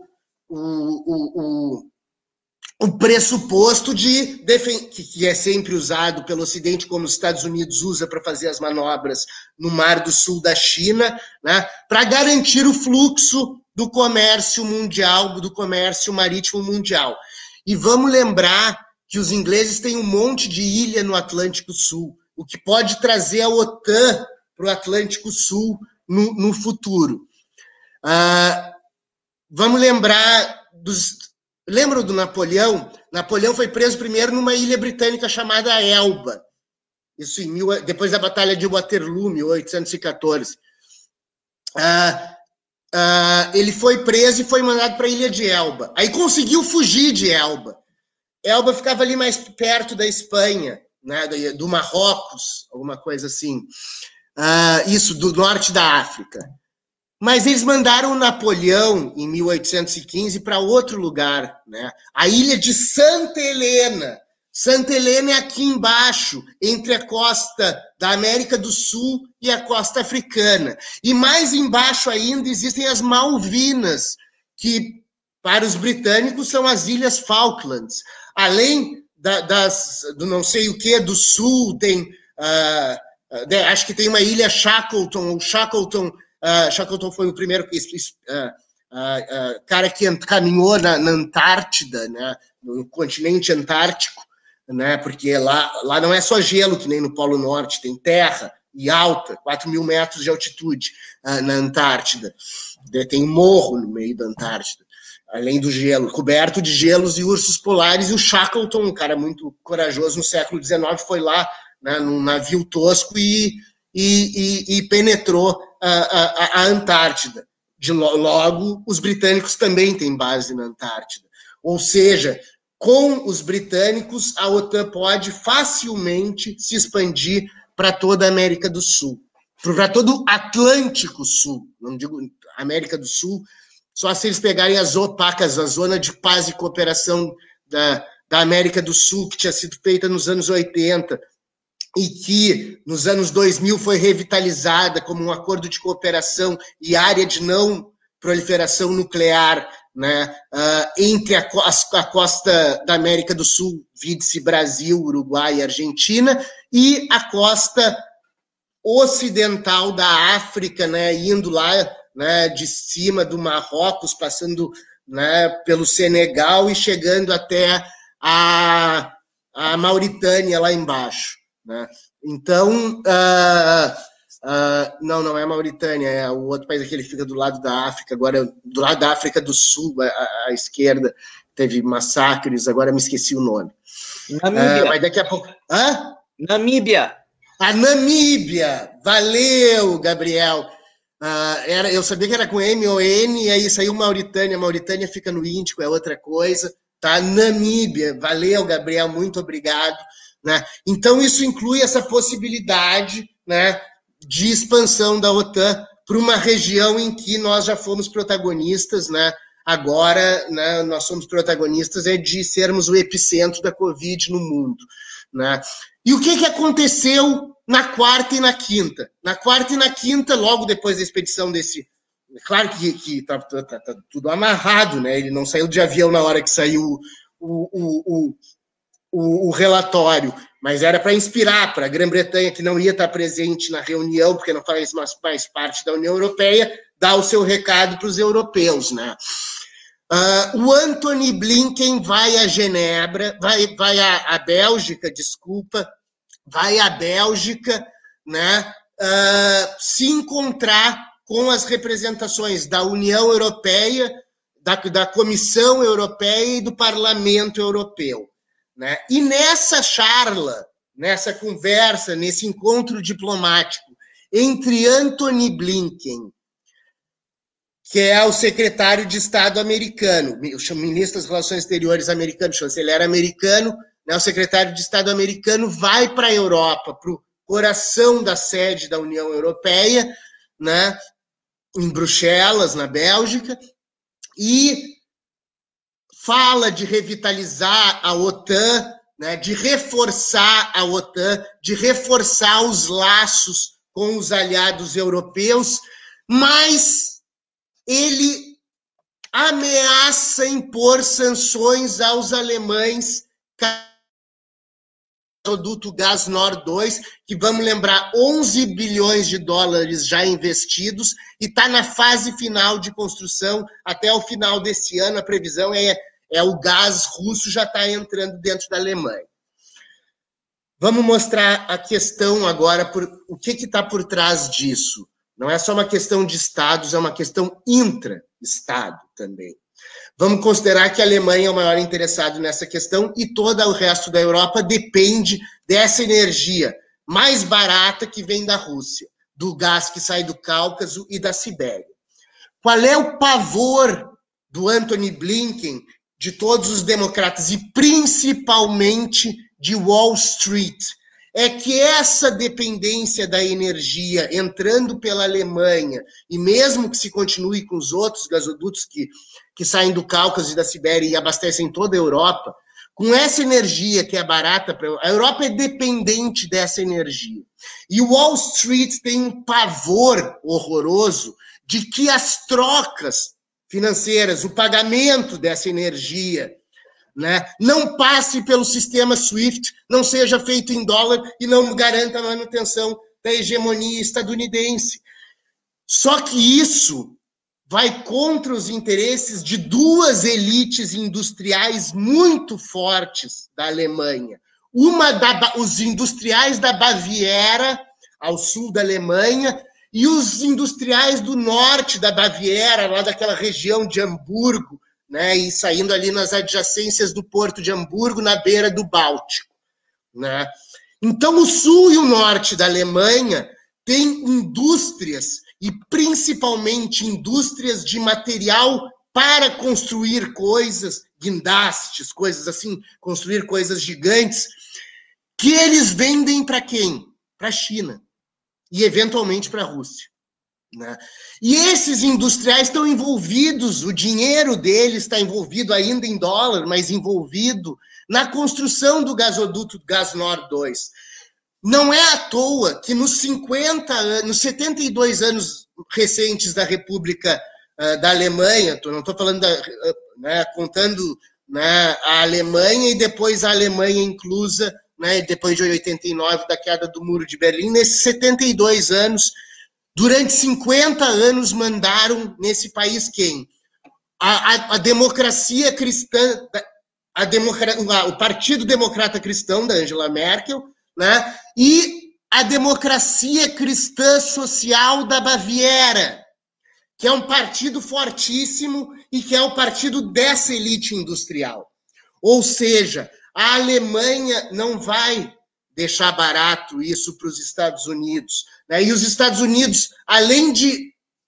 pressuposto que é sempre usado pelo Ocidente, como os Estados Unidos usa para fazer as manobras no Mar do Sul da China, né, para garantir o fluxo do comércio mundial, do comércio marítimo mundial. E vamos lembrar que os ingleses têm um monte de ilha no Atlântico Sul, o que pode trazer a OTAN para o Atlântico Sul no futuro. Vamos lembrar Lembram do Napoleão? Napoleão foi preso primeiro numa ilha britânica chamada Elba, isso depois da Batalha de Waterloo, 1814. Ele foi preso e foi mandado para a ilha de Elba. Aí conseguiu fugir de Elba. Elba ficava ali mais perto da Espanha, né, do Marrocos, alguma coisa assim. Isso, do norte da África. Mas eles mandaram o Napoleão, em 1815, para outro lugar, né? A ilha de Santa Helena. Santa Helena é aqui embaixo, entre a costa da América do Sul e a costa africana. E mais embaixo ainda existem as Malvinas, que para os britânicos são as Ilhas Falklands. Além do não sei o que, do sul, tem... acho que tem uma ilha Shackleton, Shackleton foi o primeiro cara que caminhou na Antártida, né, no continente antártico, né, porque lá não é só gelo, que nem no Polo Norte, tem terra e alta, 4.000 metros de altitude na Antártida. Tem um morro no meio da Antártida, além do gelo, coberto de gelos e ursos polares. E o Shackleton, um cara muito corajoso no século XIX, foi lá, né, num navio tosco e penetrou a Antártida. Logo, os britânicos também têm base na Antártida. Ou seja, com os britânicos, a OTAN pode facilmente se expandir para toda a América do Sul, para todo o Atlântico Sul, não digo América do Sul, só se eles pegarem as OPACs, a Zona de Paz e Cooperação da América do Sul, que tinha sido feita nos anos 80, e que nos anos 2000 foi revitalizada como um acordo de cooperação e área de não proliferação nuclear, né, entre a costa da América do Sul, vide-se Brasil, Uruguai e Argentina, e a costa ocidental da África, né, indo lá, né, de cima do Marrocos, passando, né, pelo Senegal e chegando até a Mauritânia lá embaixo, né? Então, não é Mauritânia, é o outro país que ele fica do lado da África, agora do lado da África do Sul, à esquerda, teve massacres, agora me esqueci o nome. Namíbia. Mas daqui a pouco... Namíbia. A Namíbia, valeu, Gabriel. Eu sabia que era com M ou N, e aí saiu Mauritânia. Mauritânia fica no Índico, é outra coisa. Tá? Namíbia, valeu, Gabriel, muito obrigado. Né? Então, isso inclui essa possibilidade, né, de expansão da OTAN para uma região em que nós já fomos protagonistas, né? Agora, né, nós somos protagonistas de sermos o epicentro da Covid no mundo, né? E o que aconteceu na quarta e na quinta? Na quarta e na quinta, logo depois da expedição desse... Claro que tá tudo amarrado, né? Ele não saiu de avião na hora que saiu o relatório, mas era para inspirar para a Grã-Bretanha, que não ia estar presente na reunião, porque não faz mais parte da União Europeia, dar o seu recado para os europeus, né? O Antony Blinken vai a Genebra, vai à Bélgica, desculpa, vai à Bélgica, né, se encontrar com as representações da União Europeia, da Comissão Europeia e do Parlamento Europeu, né? E nessa charla, nessa conversa, nesse encontro diplomático entre Antony Blinken, que é o secretário de Estado americano, o ministro das Relações Exteriores americano, chanceler americano, né, o secretário de Estado americano vai para a Europa, para o coração da sede da União Europeia, né, em Bruxelas, na Bélgica, e fala de revitalizar a OTAN, né, de reforçar a OTAN, de reforçar os laços com os aliados europeus, mas ele ameaça impor sanções aos alemães gasoduto Gas Nord 2, que, vamos lembrar, 11 bilhões de dólares já investidos e está na fase final de construção. Até o final desse ano, a previsão é o gás russo já está entrando dentro da Alemanha. Vamos mostrar a questão agora, o que está por trás disso. Não é só uma questão de estados, é uma questão intra-estado também. Vamos considerar que a Alemanha é o maior interessado nessa questão e todo o resto da Europa depende dessa energia mais barata que vem da Rússia, do gás que sai do Cáucaso e da Sibéria. Qual é o pavor do Antony Blinken, de todos os democratas e principalmente de Wall Street? É que essa dependência da energia entrando pela Alemanha, e mesmo que se continue com os outros gasodutos que saem do Cáucaso e da Sibéria e abastecem toda a Europa, com essa energia que é barata, a Europa é dependente dessa energia. E o Wall Street tem um pavor horroroso de que as trocas financeiras, o pagamento dessa energia, né, não passe pelo sistema SWIFT, não seja feito em dólar e não garanta a manutenção da hegemonia estadunidense. Só que isso vai contra os interesses de duas elites industriais muito fortes da Alemanha. Os industriais da Baviera, ao sul da Alemanha, e os industriais do norte da Baviera, lá daquela região de Hamburgo, né, e saindo ali nas adjacências do porto de Hamburgo, na beira do Báltico, né? Então, o sul e o norte da Alemanha têm indústrias, e principalmente indústrias de material para construir coisas, guindastes, coisas assim, construir coisas gigantes, que eles vendem para quem? Para a China e, eventualmente, para a Rússia. Né? E esses industriais estão envolvidos, o dinheiro deles está envolvido ainda em dólar, mas envolvido na construção do gasoduto Gas Nord 2. Não é à toa que nos 72 anos recentes da República da Alemanha, não estou falando, contando, né, a Alemanha e depois a Alemanha inclusa, né, depois de 89, da queda do Muro de Berlim, nesses 72 anos, durante 50 anos mandaram nesse país quem? A democracia cristã, o Partido Democrata Cristão, da Angela Merkel, né? E a democracia cristã social da Baviera, que é um partido fortíssimo e que é o partido dessa elite industrial. Ou seja, a Alemanha não vai deixar barato isso para os Estados Unidos, né? E os Estados Unidos, além de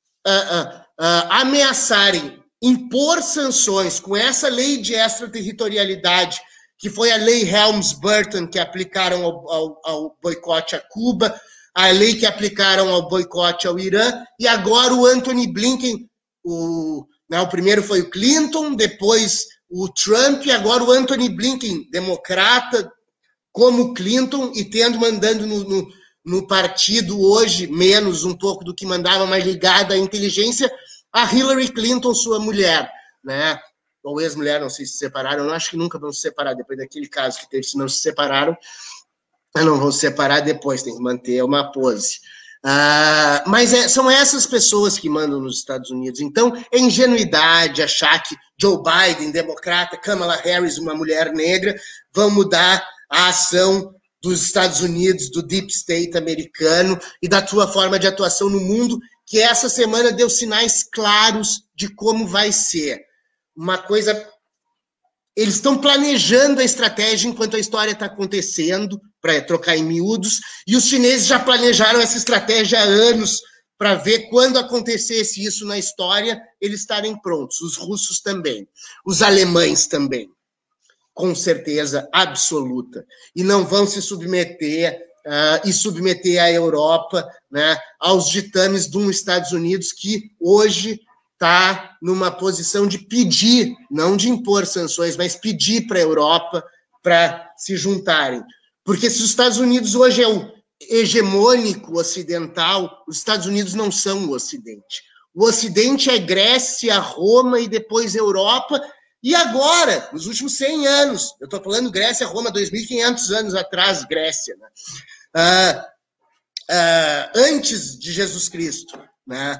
ameaçarem impor sanções com essa lei de extraterritorialidade, que foi a lei Helms-Burton, que aplicaram ao boicote a Cuba, a lei que aplicaram ao boicote ao Irã, e agora o Antony Blinken, o primeiro foi o Clinton, depois o Trump, e agora o Antony Blinken, democrata, como o Clinton, e mandando no partido hoje, menos um pouco do que mandava, mas ligada à inteligência, a Hillary Clinton, sua mulher, né? Ou ex-mulher, não sei se separaram, eu acho que nunca vão se separar, depois daquele caso que teve, se não se separaram, não vão se separar depois, tem que manter uma pose. Mas são essas pessoas que mandam nos Estados Unidos. Então, é ingenuidade achar que Joe Biden, democrata, Kamala Harris, uma mulher negra, vão mudar a ação dos Estados Unidos, do Deep State americano e da sua forma de atuação no mundo, que essa semana deu sinais claros de como vai ser. Uma coisa... Eles estão planejando a estratégia enquanto a história está acontecendo, para trocar em miúdos, e os chineses já planejaram essa estratégia há anos, para ver quando acontecesse isso na história, eles estarem prontos. Os russos também, os alemães também, com certeza absoluta. E não vão se submeter e submeter a Europa, né, aos ditames de Estados Unidos que hoje está numa posição de pedir, não de impor sanções, mas pedir para a Europa para se juntarem. Porque se os Estados Unidos hoje é o hegemônico ocidental, os Estados Unidos não são o Ocidente. O Ocidente é Grécia, Roma e depois Europa, e agora, nos últimos 100 anos, eu estou falando Grécia, Roma, 2.500 anos atrás, Grécia, né? Antes de Jesus Cristo, né?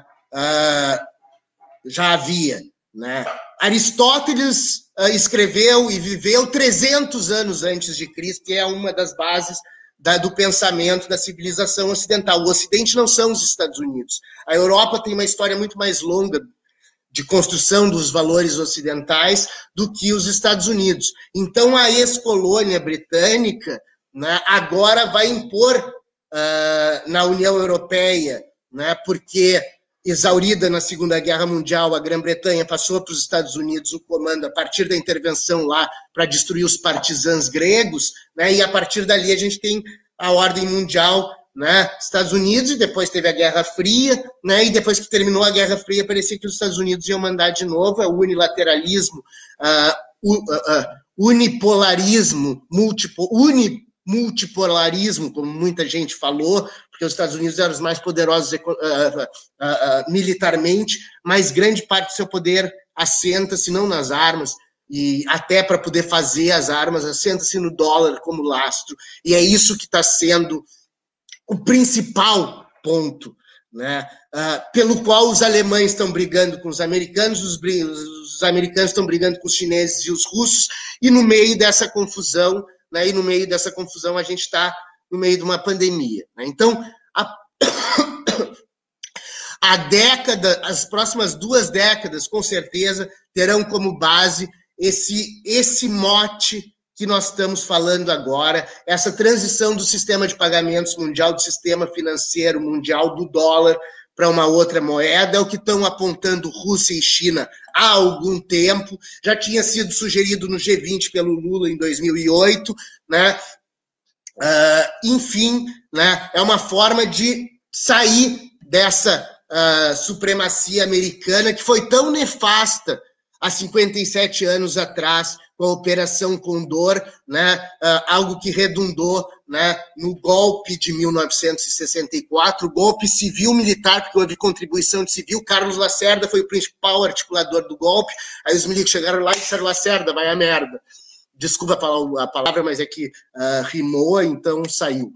Já havia, né? Aristóteles escreveu e viveu 300 anos antes de Cristo, que é uma das bases do pensamento da civilização ocidental. O Ocidente não são os Estados Unidos. A Europa tem uma história muito mais longa de construção dos valores ocidentais do que os Estados Unidos. Então, a ex-colônia britânica, né, agora vai impor na União Europeia, né, porque, exaurida na Segunda Guerra Mundial, a Grã-Bretanha passou para os Estados Unidos o comando a partir da intervenção lá para destruir os partisãs gregos, né, e a partir dali a gente tem a ordem mundial, né, Estados Unidos, e depois teve a Guerra Fria, né, e depois que terminou a Guerra Fria parecia que os Estados Unidos iam mandar de novo, é o unilateralismo, unipolarismo, multipolarismo, como muita gente falou, porque os Estados Unidos eram os mais poderosos militarmente, mas grande parte do seu poder assenta-se não nas armas, e até para poder fazer as armas, assenta-se no dólar como lastro, e é isso que está sendo o principal ponto, né? Pelo qual os alemães estão brigando com os americanos, os americanos estão brigando com os chineses e os russos, e no meio dessa confusão, né, a gente está no meio de uma pandemia, né? Então, as próximas 2 décadas, com certeza, terão como base esse mote que nós estamos falando agora, essa transição do sistema de pagamentos mundial, do sistema financeiro mundial, do dólar para uma outra moeda, é o que estão apontando Rússia e China há algum tempo, já tinha sido sugerido no G20 pelo Lula em 2008, né? Enfim, né? É uma forma de sair dessa supremacia americana que foi tão nefasta há 57 anos atrás, com a Operação Condor, né, algo que redundou, né, no golpe de 1964, golpe civil-militar, porque houve contribuição de civil. Carlos Lacerda foi o principal articulador do golpe, aí os militares chegaram lá e disseram: Lacerda, vai a merda. Desculpa a palavra, mas é que rimou, então saiu.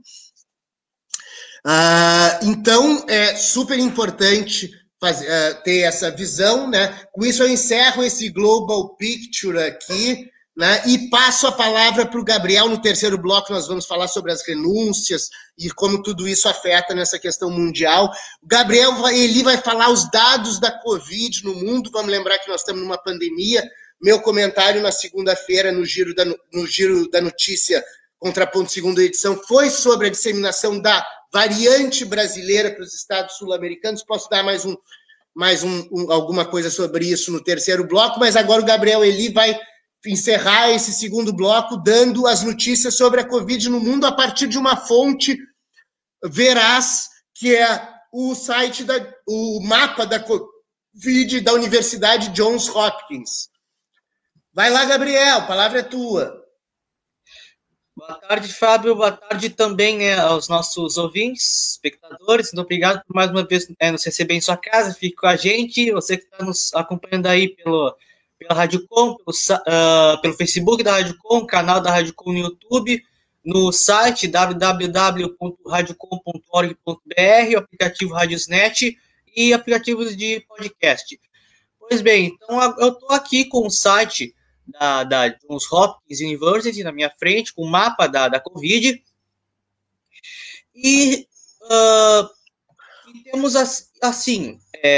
Então, é super importante ter essa visão, né? Com isso eu encerro esse Global Picture aqui, né? E passo a palavra para o Gabriel. No terceiro bloco nós vamos falar sobre as renúncias e como tudo isso afeta nessa questão mundial. O Gabriel vai falar os dados da Covid no mundo. Vamos lembrar que nós estamos numa pandemia. Meu comentário na segunda-feira no Giro da Notícia, Contraponto Segunda Edição, foi sobre a disseminação da variante brasileira para os estados sul-americanos. Posso dar alguma coisa sobre isso no terceiro bloco, mas agora o Gabriel Eli vai encerrar esse segundo bloco dando as notícias sobre a Covid no mundo a partir de uma fonte veraz, que é o site, o mapa da Covid da Universidade Johns Hopkins. Vai lá, Gabriel, a palavra é tua. Boa tarde, Fábio. Boa tarde também aos nossos ouvintes, espectadores. Muito obrigado por mais uma vez nos receber em sua casa. Fique com a gente. Você que está nos acompanhando aí pela Rádio Com, pelo Facebook da Rádio Com, canal da Rádio Com no YouTube, no site www.radiocom.org.br, o aplicativo Radiosnet e aplicativos de podcast. Pois bem, então eu estou aqui com o site da Johns Hopkins University na minha frente, com o mapa da Covid, E temos, assim,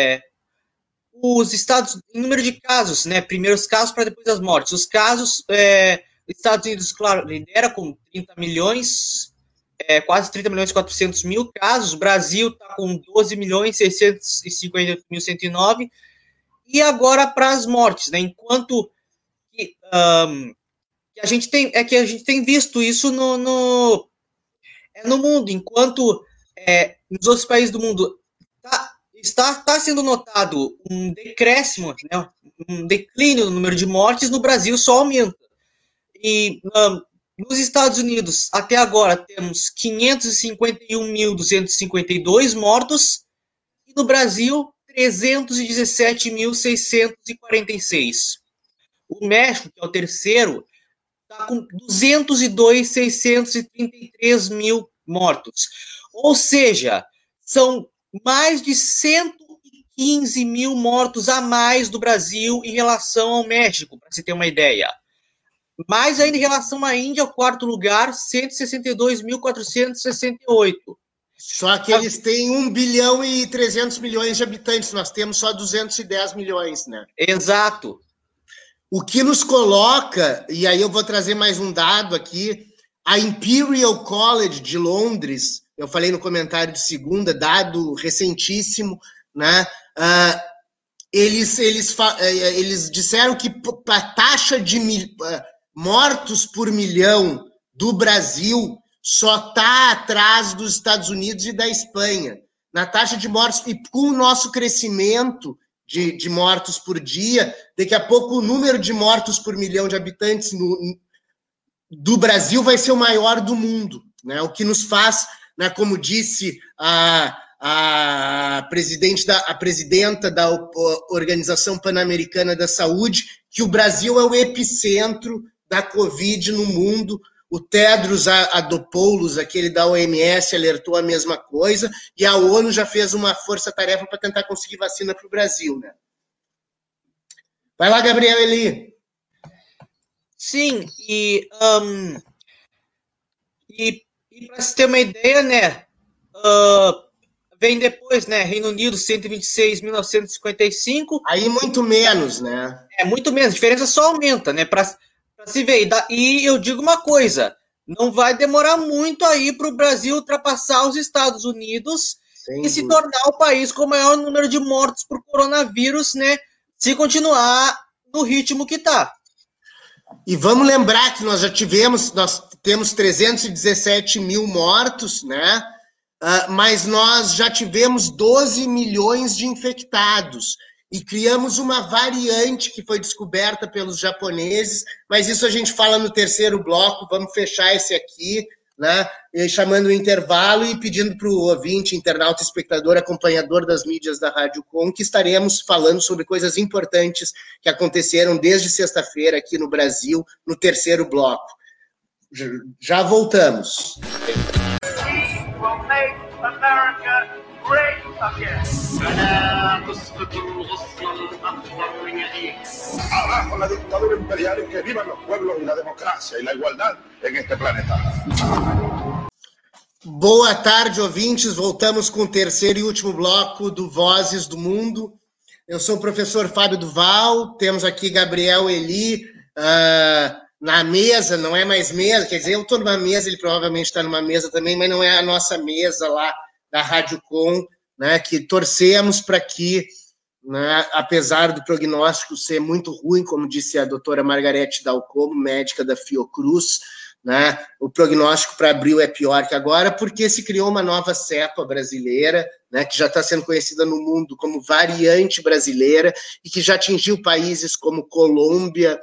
os estados, em número de casos, né? Primeiro os casos para depois as mortes. Os casos, Estados Unidos, claro, lidera com 30 milhões, quase 30 milhões e 400 mil casos. O Brasil está com 12 milhões e 650 mil 109. E agora para as mortes, né? Enquanto que a gente tem visto isso no mundo, enquanto nos outros países do mundo está sendo notado um decréscimo, né, um declínio no número de mortes, no Brasil só aumenta. E nos Estados Unidos, até agora, temos 551.252 mortos, e no Brasil, 317.646. O México, que é o terceiro, está com 202.633 mil mortos. Ou seja, são mais de 115 mil mortos a mais do Brasil em relação ao México, para se ter uma ideia. Mais ainda em relação à Índia, o quarto lugar, 162.468. Só que eles têm 1 bilhão e 300 milhões de habitantes, nós temos só 210 milhões, né? Exato. O que nos coloca, e aí eu vou trazer mais um dado aqui, a Imperial College de Londres, eu falei no comentário de segunda, dado recentíssimo, né? Eles disseram que a taxa de mortos por milhão do Brasil só está atrás dos Estados Unidos e da Espanha. Na taxa de mortos, e com o nosso crescimento de mortos por dia, daqui a pouco o número de mortos por milhão de habitantes do Brasil vai ser o maior do mundo, né? O que nos faz, né, como disse a presidenta da Organização Pan-Americana da Saúde, que o Brasil é o epicentro da Covid no mundo. O Tedros Adopoulos, aquele da OMS, alertou a mesma coisa, e a ONU já fez uma força-tarefa para tentar conseguir vacina para o Brasil, né? Vai lá, Gabriel Eli. Sim, e para se ter uma ideia, né, vem depois, né, Reino Unido, 126.955. Aí muito menos, né? Muito menos, a diferença só aumenta, né, para se ver. E eu digo uma coisa, não vai demorar muito aí para o Brasil ultrapassar os Estados Unidos e se tornar o país com o maior número de mortos por coronavírus, né, se continuar no ritmo que está. E vamos lembrar que nós temos 317 mil mortos, né? Mas nós já tivemos 12 milhões de infectados e criamos uma variante que foi descoberta pelos japoneses, mas isso a gente fala no terceiro bloco. Vamos fechar esse aqui, né? Chamando o intervalo e pedindo para o ouvinte, internauta, espectador, acompanhador das mídias da Rádio Com, que estaremos falando sobre coisas importantes que aconteceram desde sexta-feira aqui no Brasil, no terceiro bloco. Já voltamos. will make America great again. Abajo la dictadura imperial y que vivan los pueblos y la democracia y la igualdad en este planeta. Boa tarde, ouvintes. Voltamos com o terceiro e último bloco do Vozes do Mundo. Eu sou o professor Fábio Duval, temos aqui Gabriel Eli na mesa, não é mais mesa, quer dizer, eu estou numa mesa, ele provavelmente está numa mesa também, mas não é a nossa mesa lá da Rádio Com, né, que torcemos para que, né, apesar do prognóstico ser muito ruim, como disse a doutora Margarete Dalcomo, médica da Fiocruz, né, o prognóstico para abril é pior que agora, porque se criou uma nova cepa brasileira, né, que já está sendo conhecida no mundo como variante brasileira e que já atingiu países como Colômbia,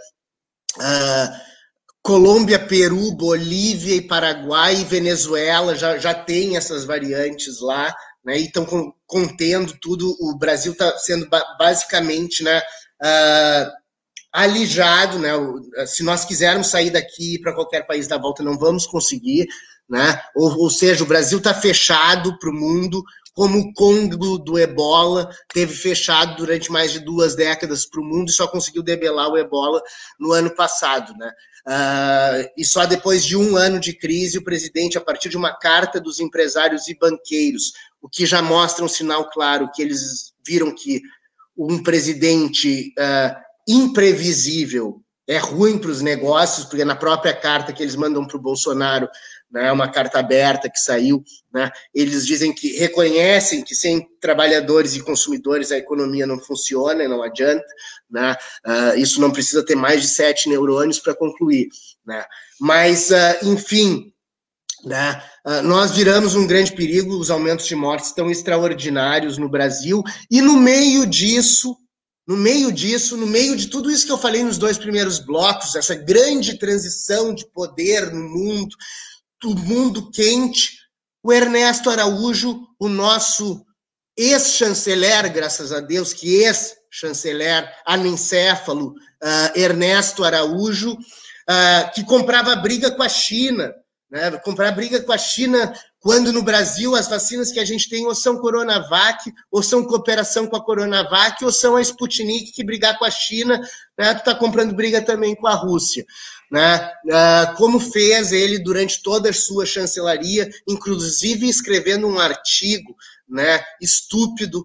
Peru, Bolívia e Paraguai e Venezuela, já tem essas variantes lá, né, e estão contendo tudo. O Brasil está sendo basicamente, né, alijado, né? Se nós quisermos sair daqui para qualquer país da volta, não vamos conseguir, né? Ou seja, o Brasil está fechado para o mundo, como o Congo do Ebola teve fechado durante mais de 2 décadas para o mundo e só conseguiu debelar o Ebola no ano passado, né? E só depois de 1 ano de crise, o presidente, a partir de uma carta dos empresários e banqueiros, o que já mostra um sinal claro que eles viram que um presidente imprevisível é ruim para os negócios, porque na própria carta que eles mandam para o Bolsonaro, né, uma carta aberta que saiu, né, eles dizem que reconhecem que sem trabalhadores e consumidores a economia não funciona e não adianta, né, isso não precisa ter mais de 7 neurônios para concluir, né, mas, enfim, né, nós viramos um grande perigo, os aumentos de mortes estão extraordinários no Brasil, e no meio disso, no meio de tudo isso que eu falei nos 2 primeiros blocos, essa grande transição de poder no mundo, do mundo quente, o Ernesto Araújo, o nosso ex-chanceler, graças a Deus, que ex-chanceler anencéfalo, Ernesto Araújo, que comprava briga com a China, né? Comprar briga com a China quando no Brasil as vacinas que a gente tem ou são Coronavac, ou são cooperação com a Coronavac, ou são a Sputnik, que brigar com a China, né? Tu tá comprando briga também com a Rússia, né? Como fez ele durante toda a sua chancelaria, inclusive escrevendo um artigo, né, estúpido,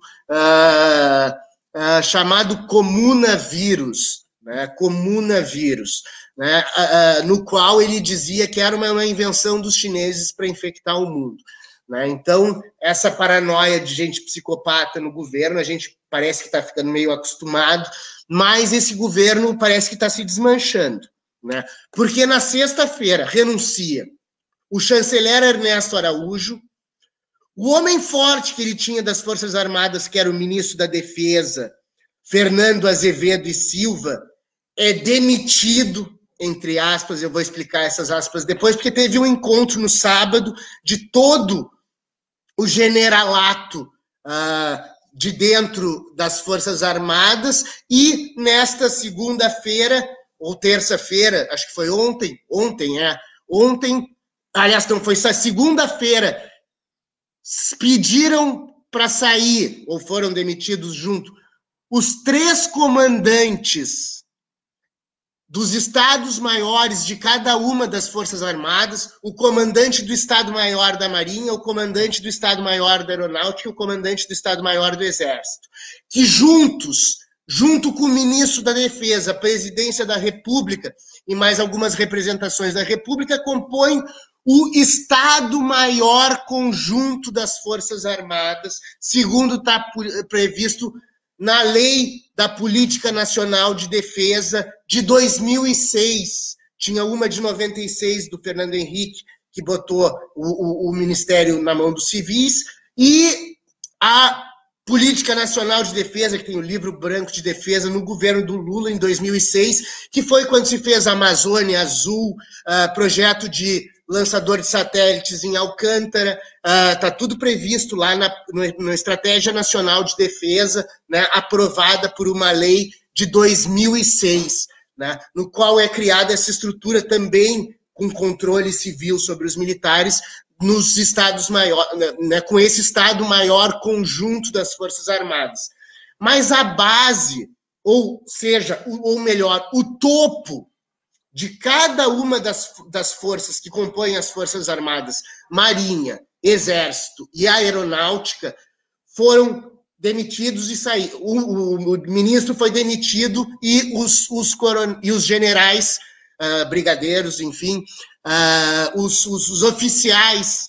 chamado Comunavírus, né, Comunavírus, né, no qual ele dizia que era uma invenção dos chineses para infectar o mundo, né? Então, essa paranoia de gente psicopata no governo, a gente parece que está ficando meio acostumado, mas esse governo parece que está se desmanchando, né? Porque na sexta-feira renuncia o chanceler Ernesto Araújo, o homem forte que ele tinha das Forças Armadas, que era o ministro da Defesa, Fernando Azevedo e Silva, é demitido, entre aspas, eu vou explicar essas aspas depois, porque teve um encontro no sábado de todo o generalato de dentro das Forças Armadas, e nesta segunda-feira, ou terça-feira, acho que foi ontem, aliás, não, foi segunda-feira, pediram para sair, ou foram demitidos junto, os 3 comandantes dos estados-maiores de cada uma das Forças Armadas, o comandante do Estado-Maior da Marinha, o comandante do Estado-Maior da Aeronáutica e o comandante do Estado-Maior do Exército, que juntos, junto com o ministro da Defesa, a Presidência da República e mais algumas representações da República, compõem o Estado-Maior Conjunto das Forças Armadas, segundo está previsto na Lei da Política Nacional de Defesa de 2006. Tinha uma de 96 do Fernando Henrique, que botou o Ministério na mão dos civis, e a Política Nacional de Defesa, que tem o Livro Branco de Defesa, no governo do Lula, em 2006, que foi quando se fez a Amazônia Azul, projeto de lançador de satélites em Alcântara, está tudo previsto lá na Estratégia Nacional de Defesa, né, aprovada por uma lei de 2006, né, no qual é criada essa estrutura também com controle civil sobre os militares nos estados maiores, né, com esse Estado-Maior Conjunto das Forças Armadas. Mas a base, ou seja, ou melhor, o topo de cada uma das forças que compõem as Forças Armadas, Marinha, Exército e Aeronáutica, foram demitidos e saíram. O ministro foi demitido e os generais, brigadeiros, enfim, os oficiais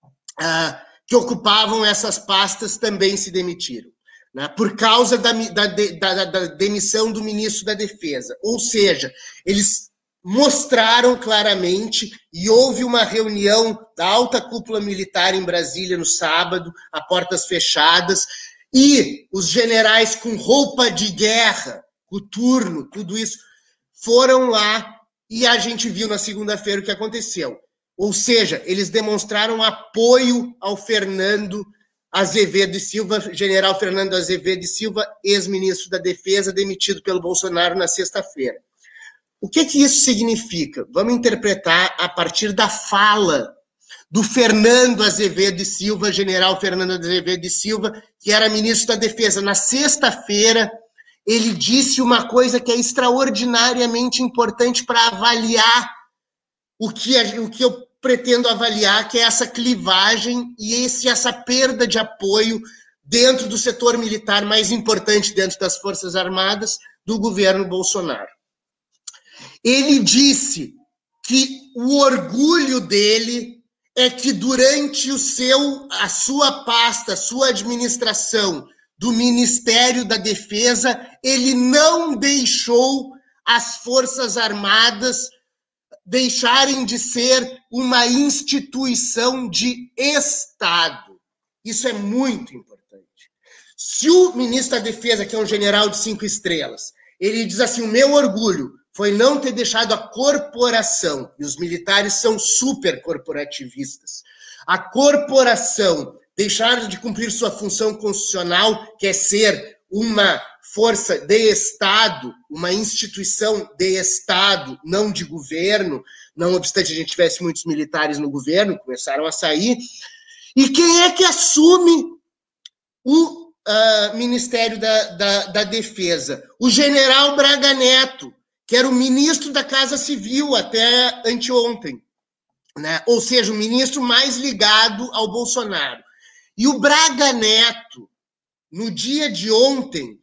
que ocupavam essas pastas também se demitiram, né, por causa da demissão do ministro da Defesa. Ou seja, eles mostraram claramente, e houve uma reunião da alta cúpula militar em Brasília no sábado, a portas fechadas, e os generais com roupa de guerra, coturno, tudo isso, foram lá, e a gente viu na segunda-feira o que aconteceu. Ou seja, eles demonstraram apoio ao Fernando Azevedo e Silva, general Fernando Azevedo e Silva, ex-ministro da Defesa, demitido pelo Bolsonaro na sexta-feira. O que isso significa? Vamos interpretar a partir da fala do Fernando Azevedo e Silva, general Fernando Azevedo e Silva, que era ministro da Defesa. Na sexta-feira, ele disse uma coisa que é extraordinariamente importante para avaliar o que eu pretendo avaliar, que é essa clivagem e essa perda de apoio dentro do setor militar mais importante dentro das Forças Armadas do governo Bolsonaro. Ele disse que o orgulho dele é que durante a sua pasta, a sua administração do Ministério da Defesa, ele não deixou as Forças Armadas deixarem de ser uma instituição de Estado. Isso é muito importante. Se o ministro da Defesa, que é um general de 5 estrelas, ele diz assim, o meu orgulho foi não ter deixado a corporação, e os militares são super corporativistas, a corporação deixar de cumprir sua função constitucional, que é ser uma força de Estado, uma instituição de Estado, não de governo, não obstante a gente tivesse muitos militares no governo, começaram a sair. E quem é que assume o Ministério da Defesa? O general Braga Neto, que era o ministro da Casa Civil até anteontem, né? Ou seja, o ministro mais ligado ao Bolsonaro. E o Braga Neto, no dia de ontem,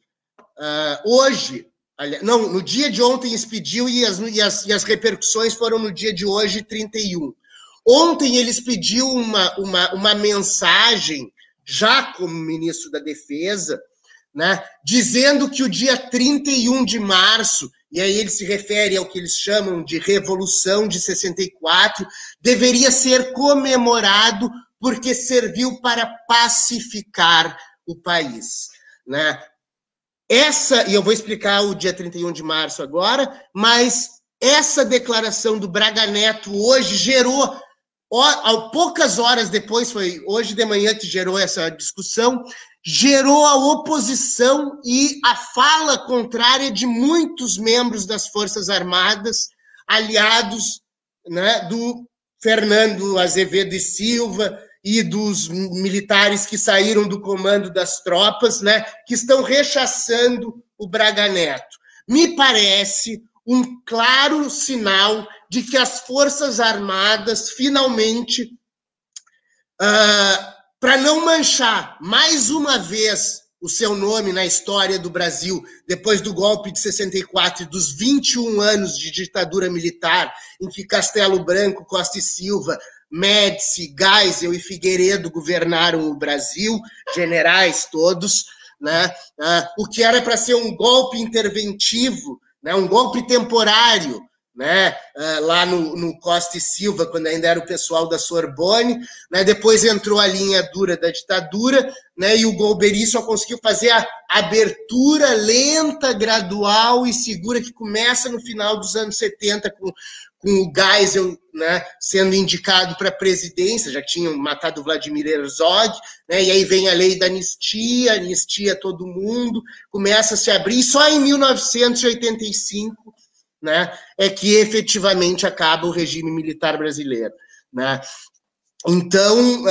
no dia de ontem expediu e as repercussões foram no dia de hoje, 31. Ontem ele expediu uma mensagem, já como ministro da Defesa, né, dizendo que o dia 31 de março, e aí ele se refere ao que eles chamam de Revolução de 64, deveria ser comemorado porque serviu para pacificar o país, né? E eu vou explicar o dia 31 de março agora, mas essa declaração do Braga Neto hoje gerou, poucas horas depois, foi hoje de manhã que gerou essa discussão, gerou a oposição e a fala contrária de muitos membros das Forças Armadas, aliados, né, do Fernando Azevedo e Silva e dos militares que saíram do comando das tropas, né, que estão rechaçando o Braga Neto. Me parece um claro sinal de que as Forças Armadas, finalmente, para não manchar mais uma vez o seu nome na história do Brasil, depois do golpe de 64 e dos 21 anos de ditadura militar, em que Castelo Branco, Costa e Silva, Médici, Geisel e Figueiredo governaram o Brasil, generais todos, né? O que era para ser um golpe interventivo, né? Um golpe temporário, né? Lá no Costa e Silva, quando ainda era o pessoal da Sorbonne, né? Depois entrou a linha dura da ditadura, né? E o Golbery só conseguiu fazer a abertura lenta, gradual e segura que começa no final dos anos 70 com o Geisel, né, sendo indicado para a presidência, já tinham matado o Vladimir Herzog, né, e aí vem a lei da anistia todo mundo, começa a se abrir, e só em 1985, né, é que efetivamente acaba o regime militar brasileiro, né. Então,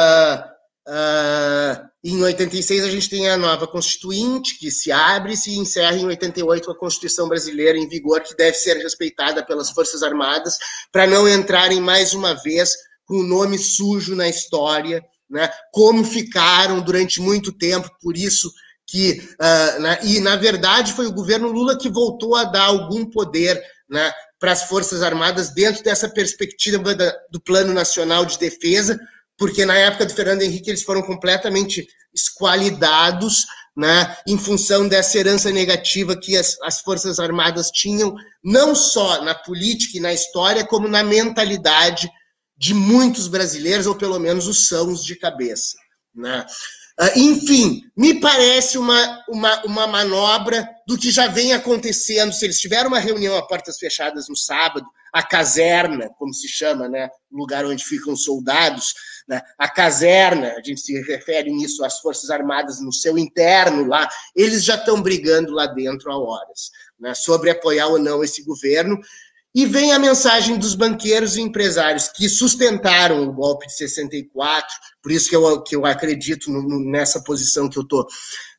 em 86 a gente tem a nova Constituinte, que se abre e se encerra em 88 a Constituição brasileira em vigor, que deve ser respeitada pelas Forças Armadas, para não entrarem mais uma vez com o nome sujo na história, né, como ficaram durante muito tempo, por isso que... e, na verdade, foi o governo Lula que voltou a dar algum poder, né, para as Forças Armadas dentro dessa perspectiva do Plano Nacional de Defesa, porque na época do Fernando Henrique eles foram completamente esqualidados, né, em função dessa herança negativa que as Forças Armadas tinham, não só na política e na história, como na mentalidade de muitos brasileiros, ou pelo menos os sãos de cabeça, né. Enfim, me parece uma manobra do que já vem acontecendo. Se eles tiveram uma reunião a portas fechadas no sábado, a caserna, como se chama, né, o lugar onde ficam soldados, né, a caserna, a gente se refere nisso às Forças Armadas no seu interno lá, eles já estão brigando lá dentro há horas, né, sobre apoiar ou não esse governo. E vem a mensagem dos banqueiros e empresários que sustentaram o golpe de 64, por isso que eu acredito nessa posição que eu estou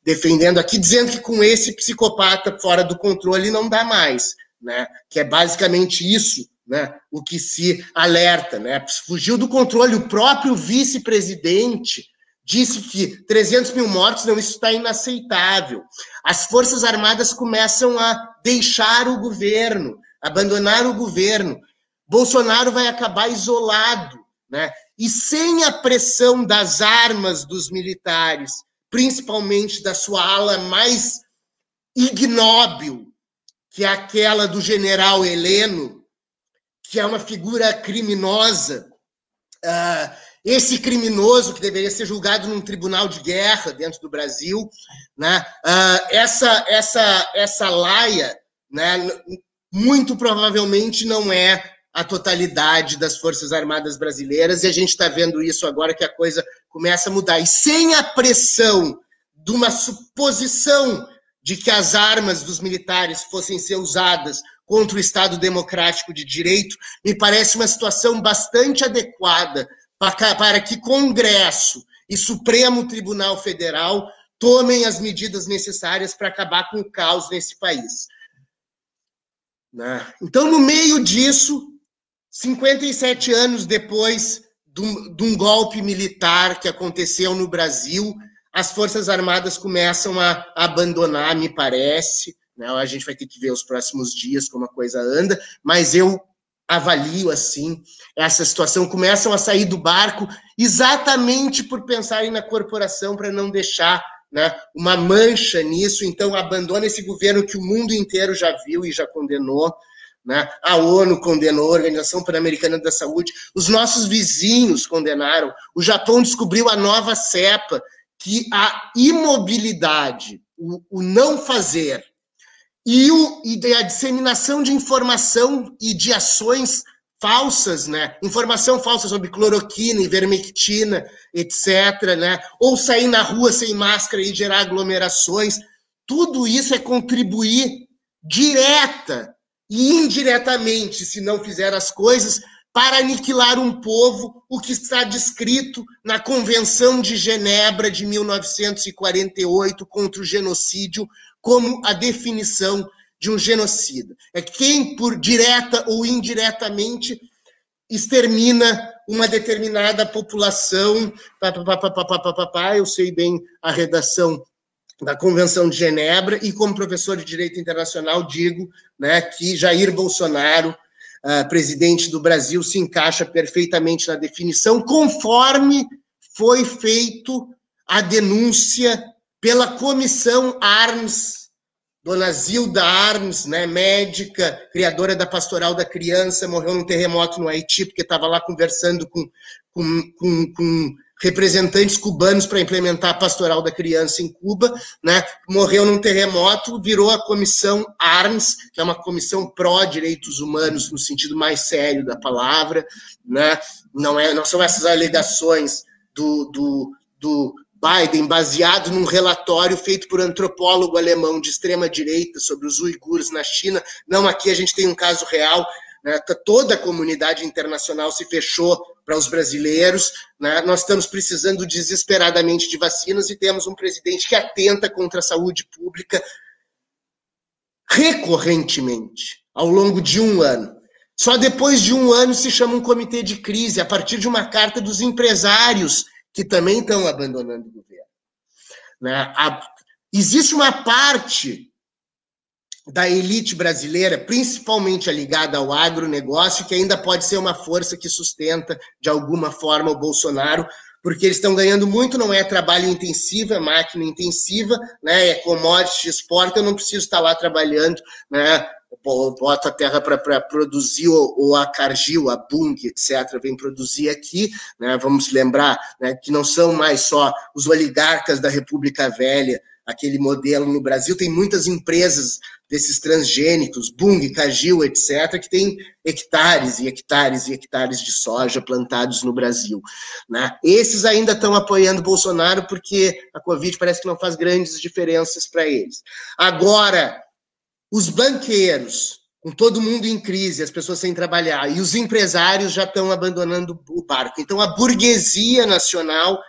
defendendo aqui, dizendo que com esse psicopata fora do controle não dá mais, né? Que é basicamente isso, né? O que se alerta, né? Fugiu do controle. O próprio vice-presidente disse que 300 mil mortos, não, isso está inaceitável. As Forças Armadas começam a deixar o governo, abandonar o governo. Bolsonaro vai acabar isolado, né? E sem a pressão das armas dos militares, principalmente da sua ala mais ignóbil, que é aquela do general Heleno, que é uma figura criminosa, esse criminoso que deveria ser julgado num tribunal de guerra dentro do Brasil, né? Essa laia, né, muito provavelmente não é a totalidade das Forças Armadas brasileiras, e a gente está vendo isso agora que a coisa começa a mudar. E sem a pressão de uma suposição de que as armas dos militares fossem ser usadas contra o Estado Democrático de Direito, me parece uma situação bastante adequada para que Congresso e Supremo Tribunal Federal tomem as medidas necessárias para acabar com o caos nesse país. Então, no meio disso, 57 anos depois de um golpe militar que aconteceu no Brasil, as Forças Armadas começam a abandonar, me parece, né? A gente vai ter que ver os próximos dias como a coisa anda, mas eu avalio assim essa situação. Começam a sair do barco exatamente por pensarem na corporação, para não deixar, né, uma mancha nisso. Então abandona esse governo que o mundo inteiro já viu e já condenou, né? A ONU condenou, a Organização Pan-Americana da Saúde, os nossos vizinhos condenaram, o Japão descobriu a nova cepa, que a imobilidade, o não fazer e a disseminação de informação e de ações falsas, né? Informação falsa sobre cloroquina, ivermectina, etc., né? Ou sair na rua sem máscara e gerar aglomerações. Tudo isso é contribuir direta e indiretamente, se não fizer as coisas, para aniquilar um povo, o que está descrito na Convenção de Genebra de 1948 contra o genocídio, como a definição de um genocida. É quem, por direta ou indiretamente, extermina uma determinada população. Eu sei bem a redação da Convenção de Genebra, e como professor de Direito Internacional digo, né, que Jair Bolsonaro, presidente do Brasil, se encaixa perfeitamente na definição, conforme foi feito a denúncia pela Comissão Arms, Dona Zilda Arms, né, médica, criadora da Pastoral da Criança, morreu num terremoto no Haiti, porque estava lá conversando com representantes cubanos para implementar a Pastoral da Criança em Cuba, né? Morreu num terremoto, virou a Comissão Arms, que é uma comissão pró-direitos humanos no sentido mais sério da palavra, né? Não são essas alegações do Biden, baseado num relatório feito por antropólogo alemão de extrema-direita sobre os uigures na China. Não, aqui a gente tem um caso real, né? Toda a comunidade internacional se fechou para os brasileiros, né? Nós estamos precisando desesperadamente de vacinas e temos um presidente que atenta contra a saúde pública recorrentemente, ao longo de um ano. Só depois de um ano se chama um comitê de crise, a partir de uma carta dos empresários, que também estão abandonando o governo, né? Existe uma parte da elite brasileira, principalmente a ligada ao agronegócio, que ainda pode ser uma força que sustenta, de alguma forma, o Bolsonaro, porque eles estão ganhando muito, não é trabalho intensivo, é máquina intensiva, né? É commodity, exporta, eu não preciso estar lá trabalhando, né? Boto a terra para produzir, ou a Cargill, a Bung, etc., vem produzir aqui, né? Vamos lembrar, né, que não são mais só os oligarcas da República Velha, aquele modelo no Brasil, tem muitas empresas desses transgênicos, Bung, Cargill, etc., que tem hectares e hectares e hectares de soja plantados no Brasil, né? Esses ainda estão apoiando Bolsonaro porque a Covid parece que não faz grandes diferenças para eles. Agora, os banqueiros, com todo mundo em crise, as pessoas sem trabalhar, e os empresários já estão abandonando o barco. Então, a burguesia nacional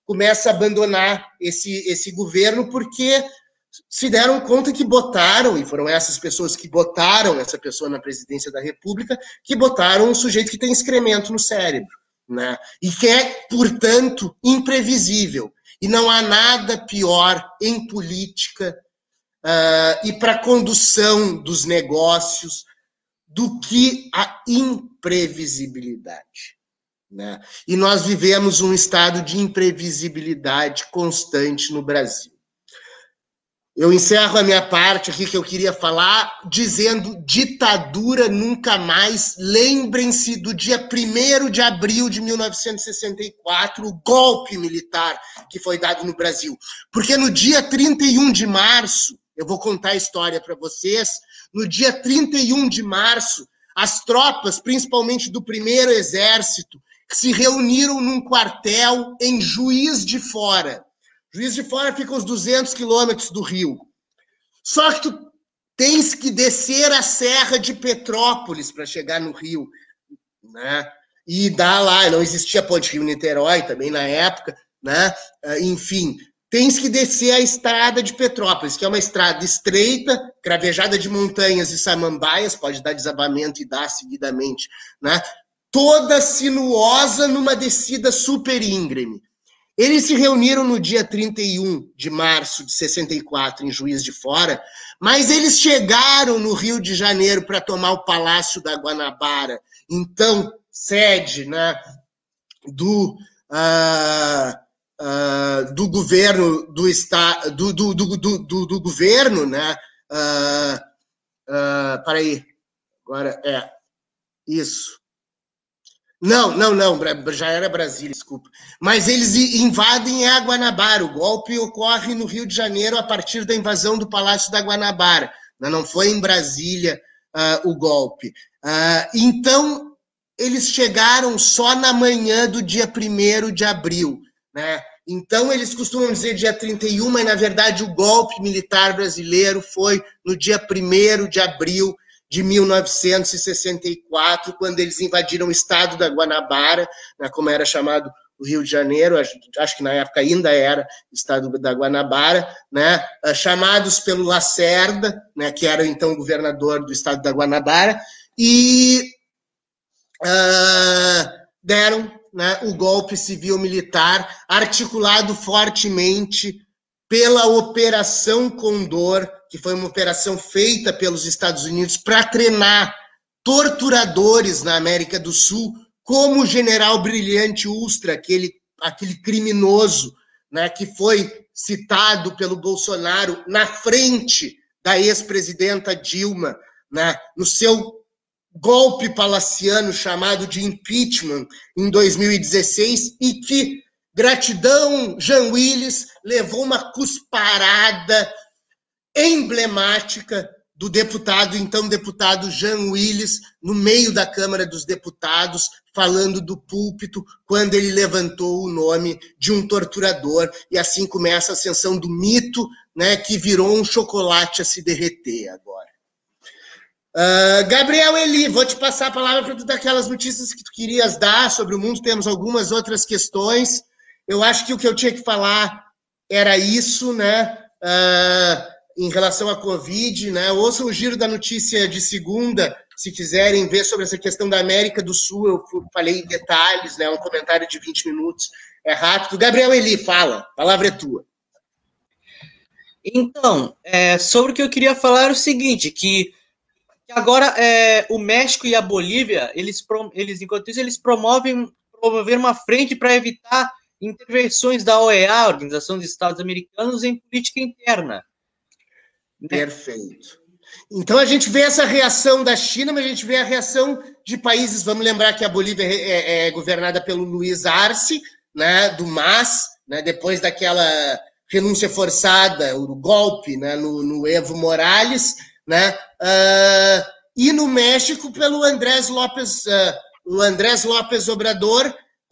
começa a abandonar esse governo, porque se deram conta que botaram, e foram essas pessoas que botaram essa pessoa na presidência da República, que botaram um sujeito que tem excremento no cérebro, né? E que é, portanto, imprevisível. E não há nada pior em política e para a condução dos negócios do que a imprevisibilidade, né? E nós vivemos um estado de imprevisibilidade constante no Brasil. Eu encerro a minha parte aqui que eu queria falar dizendo: ditadura nunca mais. Lembrem-se do dia 1º de abril de 1964, o golpe militar que foi dado no Brasil. Porque no dia 31 de março, eu vou contar a história para vocês, no dia 31 de março, as tropas, principalmente do 1º Exército, se reuniram num quartel em Juiz de Fora. Juiz de Fora fica uns 200 quilômetros do Rio. Só que tu tens que descer a Serra de Petrópolis para chegar no Rio, né? E dá lá, não existia ponte Rio-Niterói também na época, né? Enfim, tens que descer a estrada de Petrópolis, que é uma estrada estreita, cravejada de montanhas e samambaias, pode dar desabamento e dar seguidamente, né? Toda sinuosa numa descida super íngreme. Eles se reuniram no dia 31 de março de 64, em Juiz de Fora, mas eles chegaram no Rio de Janeiro para tomar o Palácio da Guanabara, então sede, né, do governo do estado, do governo, né? Peraí, agora isso. Não, já era Brasília, desculpa. Mas eles invadem a Guanabara. O golpe ocorre no Rio de Janeiro a partir da invasão do Palácio da Guanabara. Não foi em Brasília o golpe. Então, eles chegaram só na manhã do dia 1º de abril, né? Então, eles costumam dizer dia 31, mas, na verdade, o golpe militar brasileiro foi no dia 1º de abril de 1964, quando eles invadiram o estado da Guanabara, né, como era chamado o Rio de Janeiro, acho que na época ainda era estado da Guanabara, né, chamados pelo Lacerda, né, que era então o governador do estado da Guanabara, e deram, né, o golpe civil-militar, articulado fortemente pela Operação Condor, que foi uma operação feita pelos Estados Unidos para treinar torturadores na América do Sul, como o general Brilhante Ustra, aquele criminoso, né, que foi citado pelo Bolsonaro na frente da ex-presidenta Dilma, né, no seu golpe palaciano chamado de impeachment em 2016, e que, gratidão, Jean Willis, levou uma cusparada emblemática do então deputado Jean Willis, no meio da Câmara dos Deputados, falando do púlpito, quando ele levantou o nome de um torturador, e assim começa a ascensão do mito, né, que virou um chocolate a se derreter agora. Gabriel Eli, vou te passar a palavra para tu dar aquelas notícias que tu querias dar sobre o mundo. Temos algumas outras questões. Eu acho que o que eu tinha que falar era isso, né? Em relação à Covid, né? Ouçam o Giro da Notícia de segunda, se quiserem ver sobre essa questão da América do Sul. Eu falei em detalhes, né? Um comentário de 20 minutos, é rápido. Gabriel Eli, fala, a palavra é tua. Então, sobre o que eu queria falar é o seguinte, que agora o México e a Bolívia, enquanto isso, eles promoveram uma frente para evitar intervenções da OEA, Organização dos Estados Americanos, em política interna. Perfeito. Então a gente vê essa reação da China, mas a gente vê a reação de países. Vamos lembrar que a Bolívia é governada pelo Luiz Arce, né, do MAS, né, depois daquela renúncia forçada, o golpe, né, no Evo Morales, né, e no México pelo Andrés López Obrador,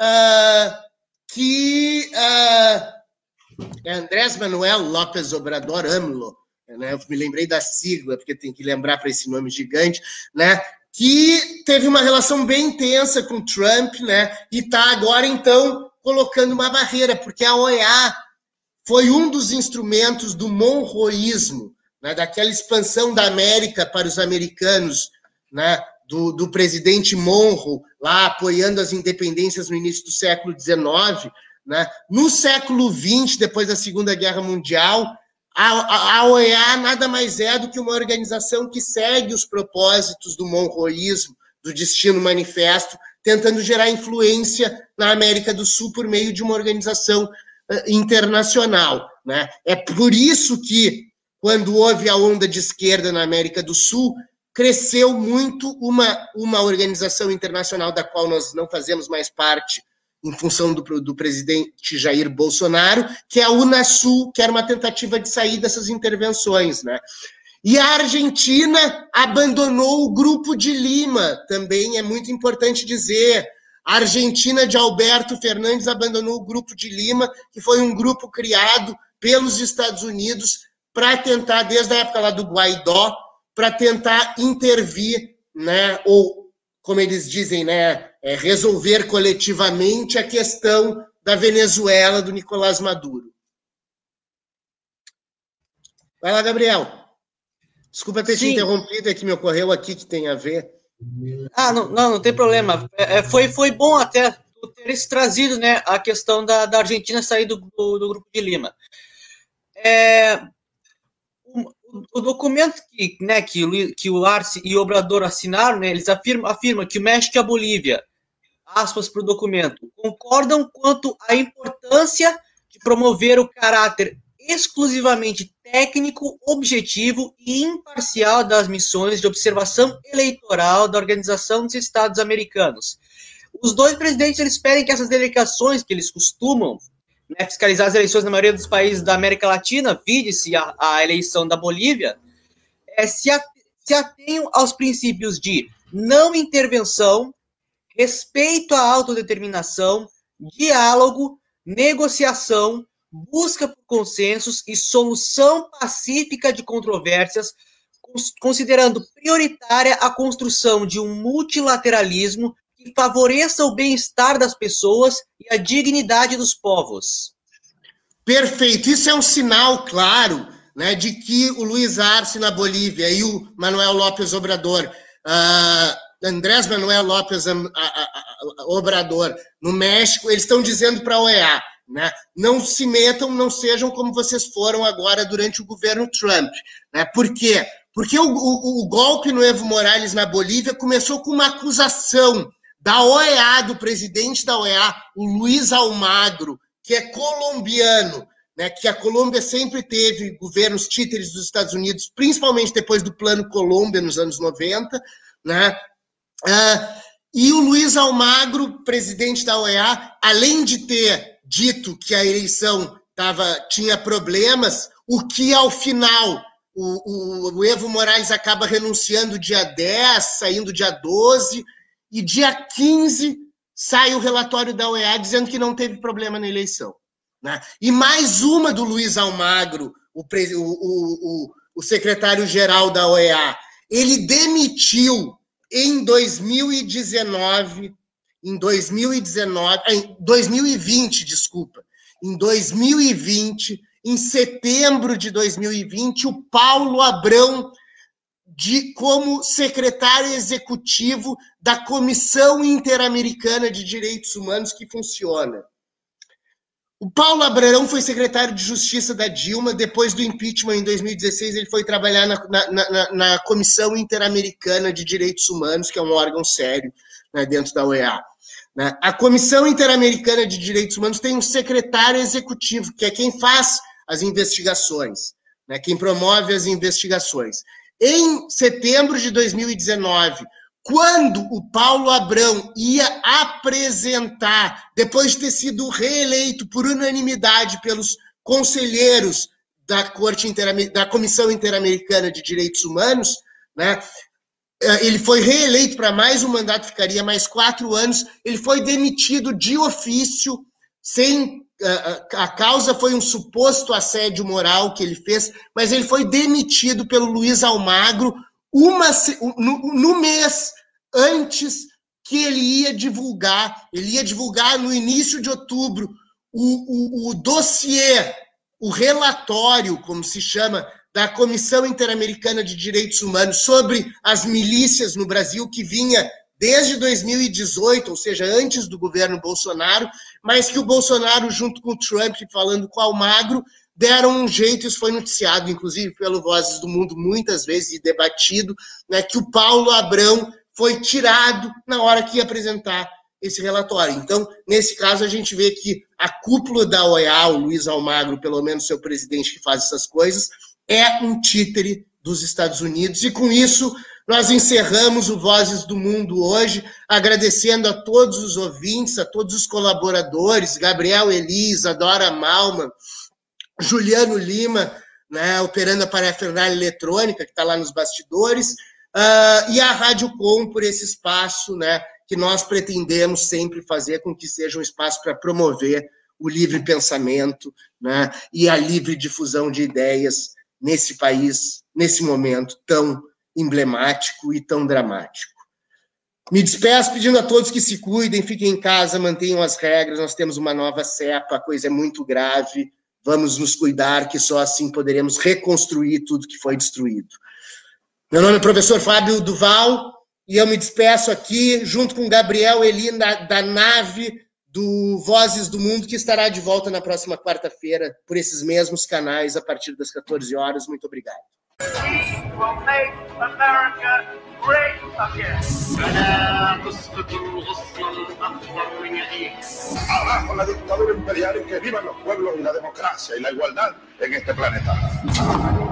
que é Andrés Manuel López Obrador, AMLO, né? Eu me lembrei da sigla, porque tem que lembrar para esse nome gigante, né? Que teve uma relação bem intensa com Trump, né? E está agora, então, colocando uma barreira, porque a OEA foi um dos instrumentos do monroísmo, né, daquela expansão da América para os americanos, né, do presidente Monroe, lá apoiando as independências no início do século XIX. Né? No século XX, depois da Segunda Guerra Mundial, a OEA nada mais é do que uma organização que segue os propósitos do monroísmo, do Destino Manifesto, tentando gerar influência na América do Sul por meio de uma organização internacional. Né? É por isso que, quando houve a onda de esquerda na América do Sul, cresceu muito uma organização internacional da qual nós não fazemos mais parte em função do presidente Jair Bolsonaro, que é a Unasul, que era uma tentativa de sair dessas intervenções. Né? E a Argentina abandonou o Grupo de Lima, também é muito importante dizer. A Argentina de Alberto Fernandes abandonou o Grupo de Lima, que foi um grupo criado pelos Estados Unidos para tentar, desde a época lá do Guaidó, para tentar intervir, né, ou, como eles dizem, né, resolver coletivamente a questão da Venezuela, do Nicolás Maduro. Vai lá, Gabriel. Desculpa ter te interrompido, é que me ocorreu aqui que tem a ver. Não tem problema. Foi bom até tu teres trazido, né, a questão da Argentina sair do Grupo de Lima. O documento que o Arce e o Obrador assinaram, né, eles afirmam que o México e a Bolívia, aspas para o documento, concordam quanto à importância de promover o caráter exclusivamente técnico, objetivo e imparcial das missões de observação eleitoral da Organização dos Estados Americanos. Os dois presidentes eles pedem que essas delegações que eles costumam, né, fiscalizar as eleições na maioria dos países da América Latina, vide-se a eleição da Bolívia, se atenham aos princípios de não intervenção, respeito à autodeterminação, diálogo, negociação, busca por consensos e solução pacífica de controvérsias, considerando prioritária a construção de um multilateralismo que favoreça o bem-estar das pessoas e a dignidade dos povos. Perfeito. Isso é um sinal claro, né, de que o Luiz Arce na Bolívia e o Manuel López Obrador, Andrés Manuel López Obrador no México, eles estão dizendo para a OEA, né, não se metam, não sejam como vocês foram agora durante o governo Trump. Né? Por quê? Porque o golpe no Evo Morales na Bolívia começou com uma acusação da OEA, do presidente da OEA, o Luiz Almagro, que é colombiano, né, que a Colômbia sempre teve governos títeres dos Estados Unidos, principalmente depois do Plano Colômbia, nos anos 90, né? E o Luiz Almagro, presidente da OEA, além de ter dito que a eleição tinha problemas, o que ao final o Evo Morales acaba renunciando dia 10, saindo dia 12, e dia 15 sai o relatório da OEA dizendo que não teve problema na eleição. Né? E mais uma do Luiz Almagro, o secretário-geral da OEA, ele demitiu em 2019, em 2020, em setembro de 2020, o Paulo Abrão, como secretário executivo da Comissão Interamericana de Direitos Humanos, que funciona. O Paulo Abrão foi secretário de Justiça da Dilma, depois do impeachment em 2016 ele foi trabalhar na Comissão Interamericana de Direitos Humanos, que é um órgão sério, né, dentro da OEA. Né? A Comissão Interamericana de Direitos Humanos tem um secretário executivo, que é quem faz as investigações, né, quem promove as investigações. Em setembro de 2019, quando o Paulo Abrão ia apresentar, depois de ter sido reeleito por unanimidade pelos conselheiros da Comissão Interamericana de Direitos Humanos, né, ele foi reeleito para mais um mandato, ficaria mais 4 anos, ele foi demitido de ofício, a causa foi um suposto assédio moral que ele fez, mas ele foi demitido pelo Luiz Almagro no mês antes que ele ia divulgar no início de outubro o dossiê, o relatório, como se chama, da Comissão Interamericana de Direitos Humanos sobre as milícias no Brasil, que vinha desde 2018, ou seja, antes do governo Bolsonaro, mas que o Bolsonaro, junto com o Trump, falando com o Almagro, deram um jeito, isso foi noticiado, inclusive, pelo Vozes do Mundo, muitas vezes, e debatido, né, que o Paulo Abrão foi tirado na hora que ia apresentar esse relatório. Então, nesse caso, a gente vê que a cúpula da OEA, o Luiz Almagro, pelo menos seu presidente que faz essas coisas, é um títere dos Estados Unidos. E com isso, nós encerramos o Vozes do Mundo hoje, agradecendo a todos os ouvintes, a todos os colaboradores, Gabriel Elis, Adora Malman, Juliano Lima, né, operando a parafernália eletrônica, que está lá nos bastidores, e a Rádio Com por esse espaço, né, que nós pretendemos sempre fazer com que seja um espaço para promover o livre pensamento, né, e a livre difusão de ideias nesse país, nesse momento tão emblemático e tão dramático. Me despeço pedindo a todos que se cuidem, fiquem em casa, mantenham as regras, nós temos uma nova cepa, a coisa é muito grave, vamos nos cuidar, que só assim poderemos reconstruir tudo que foi destruído. Meu nome é professor Fábio Duval, e eu me despeço aqui, junto com Gabriel Eli, da nave do Vozes do Mundo, que estará de volta na próxima quarta-feira, por esses mesmos canais, a partir das 14 horas. Muito obrigado. We will make America great again. Abajo la dictadura imperial y que vivan los pueblos y la democracia y la igualdad en este planeta.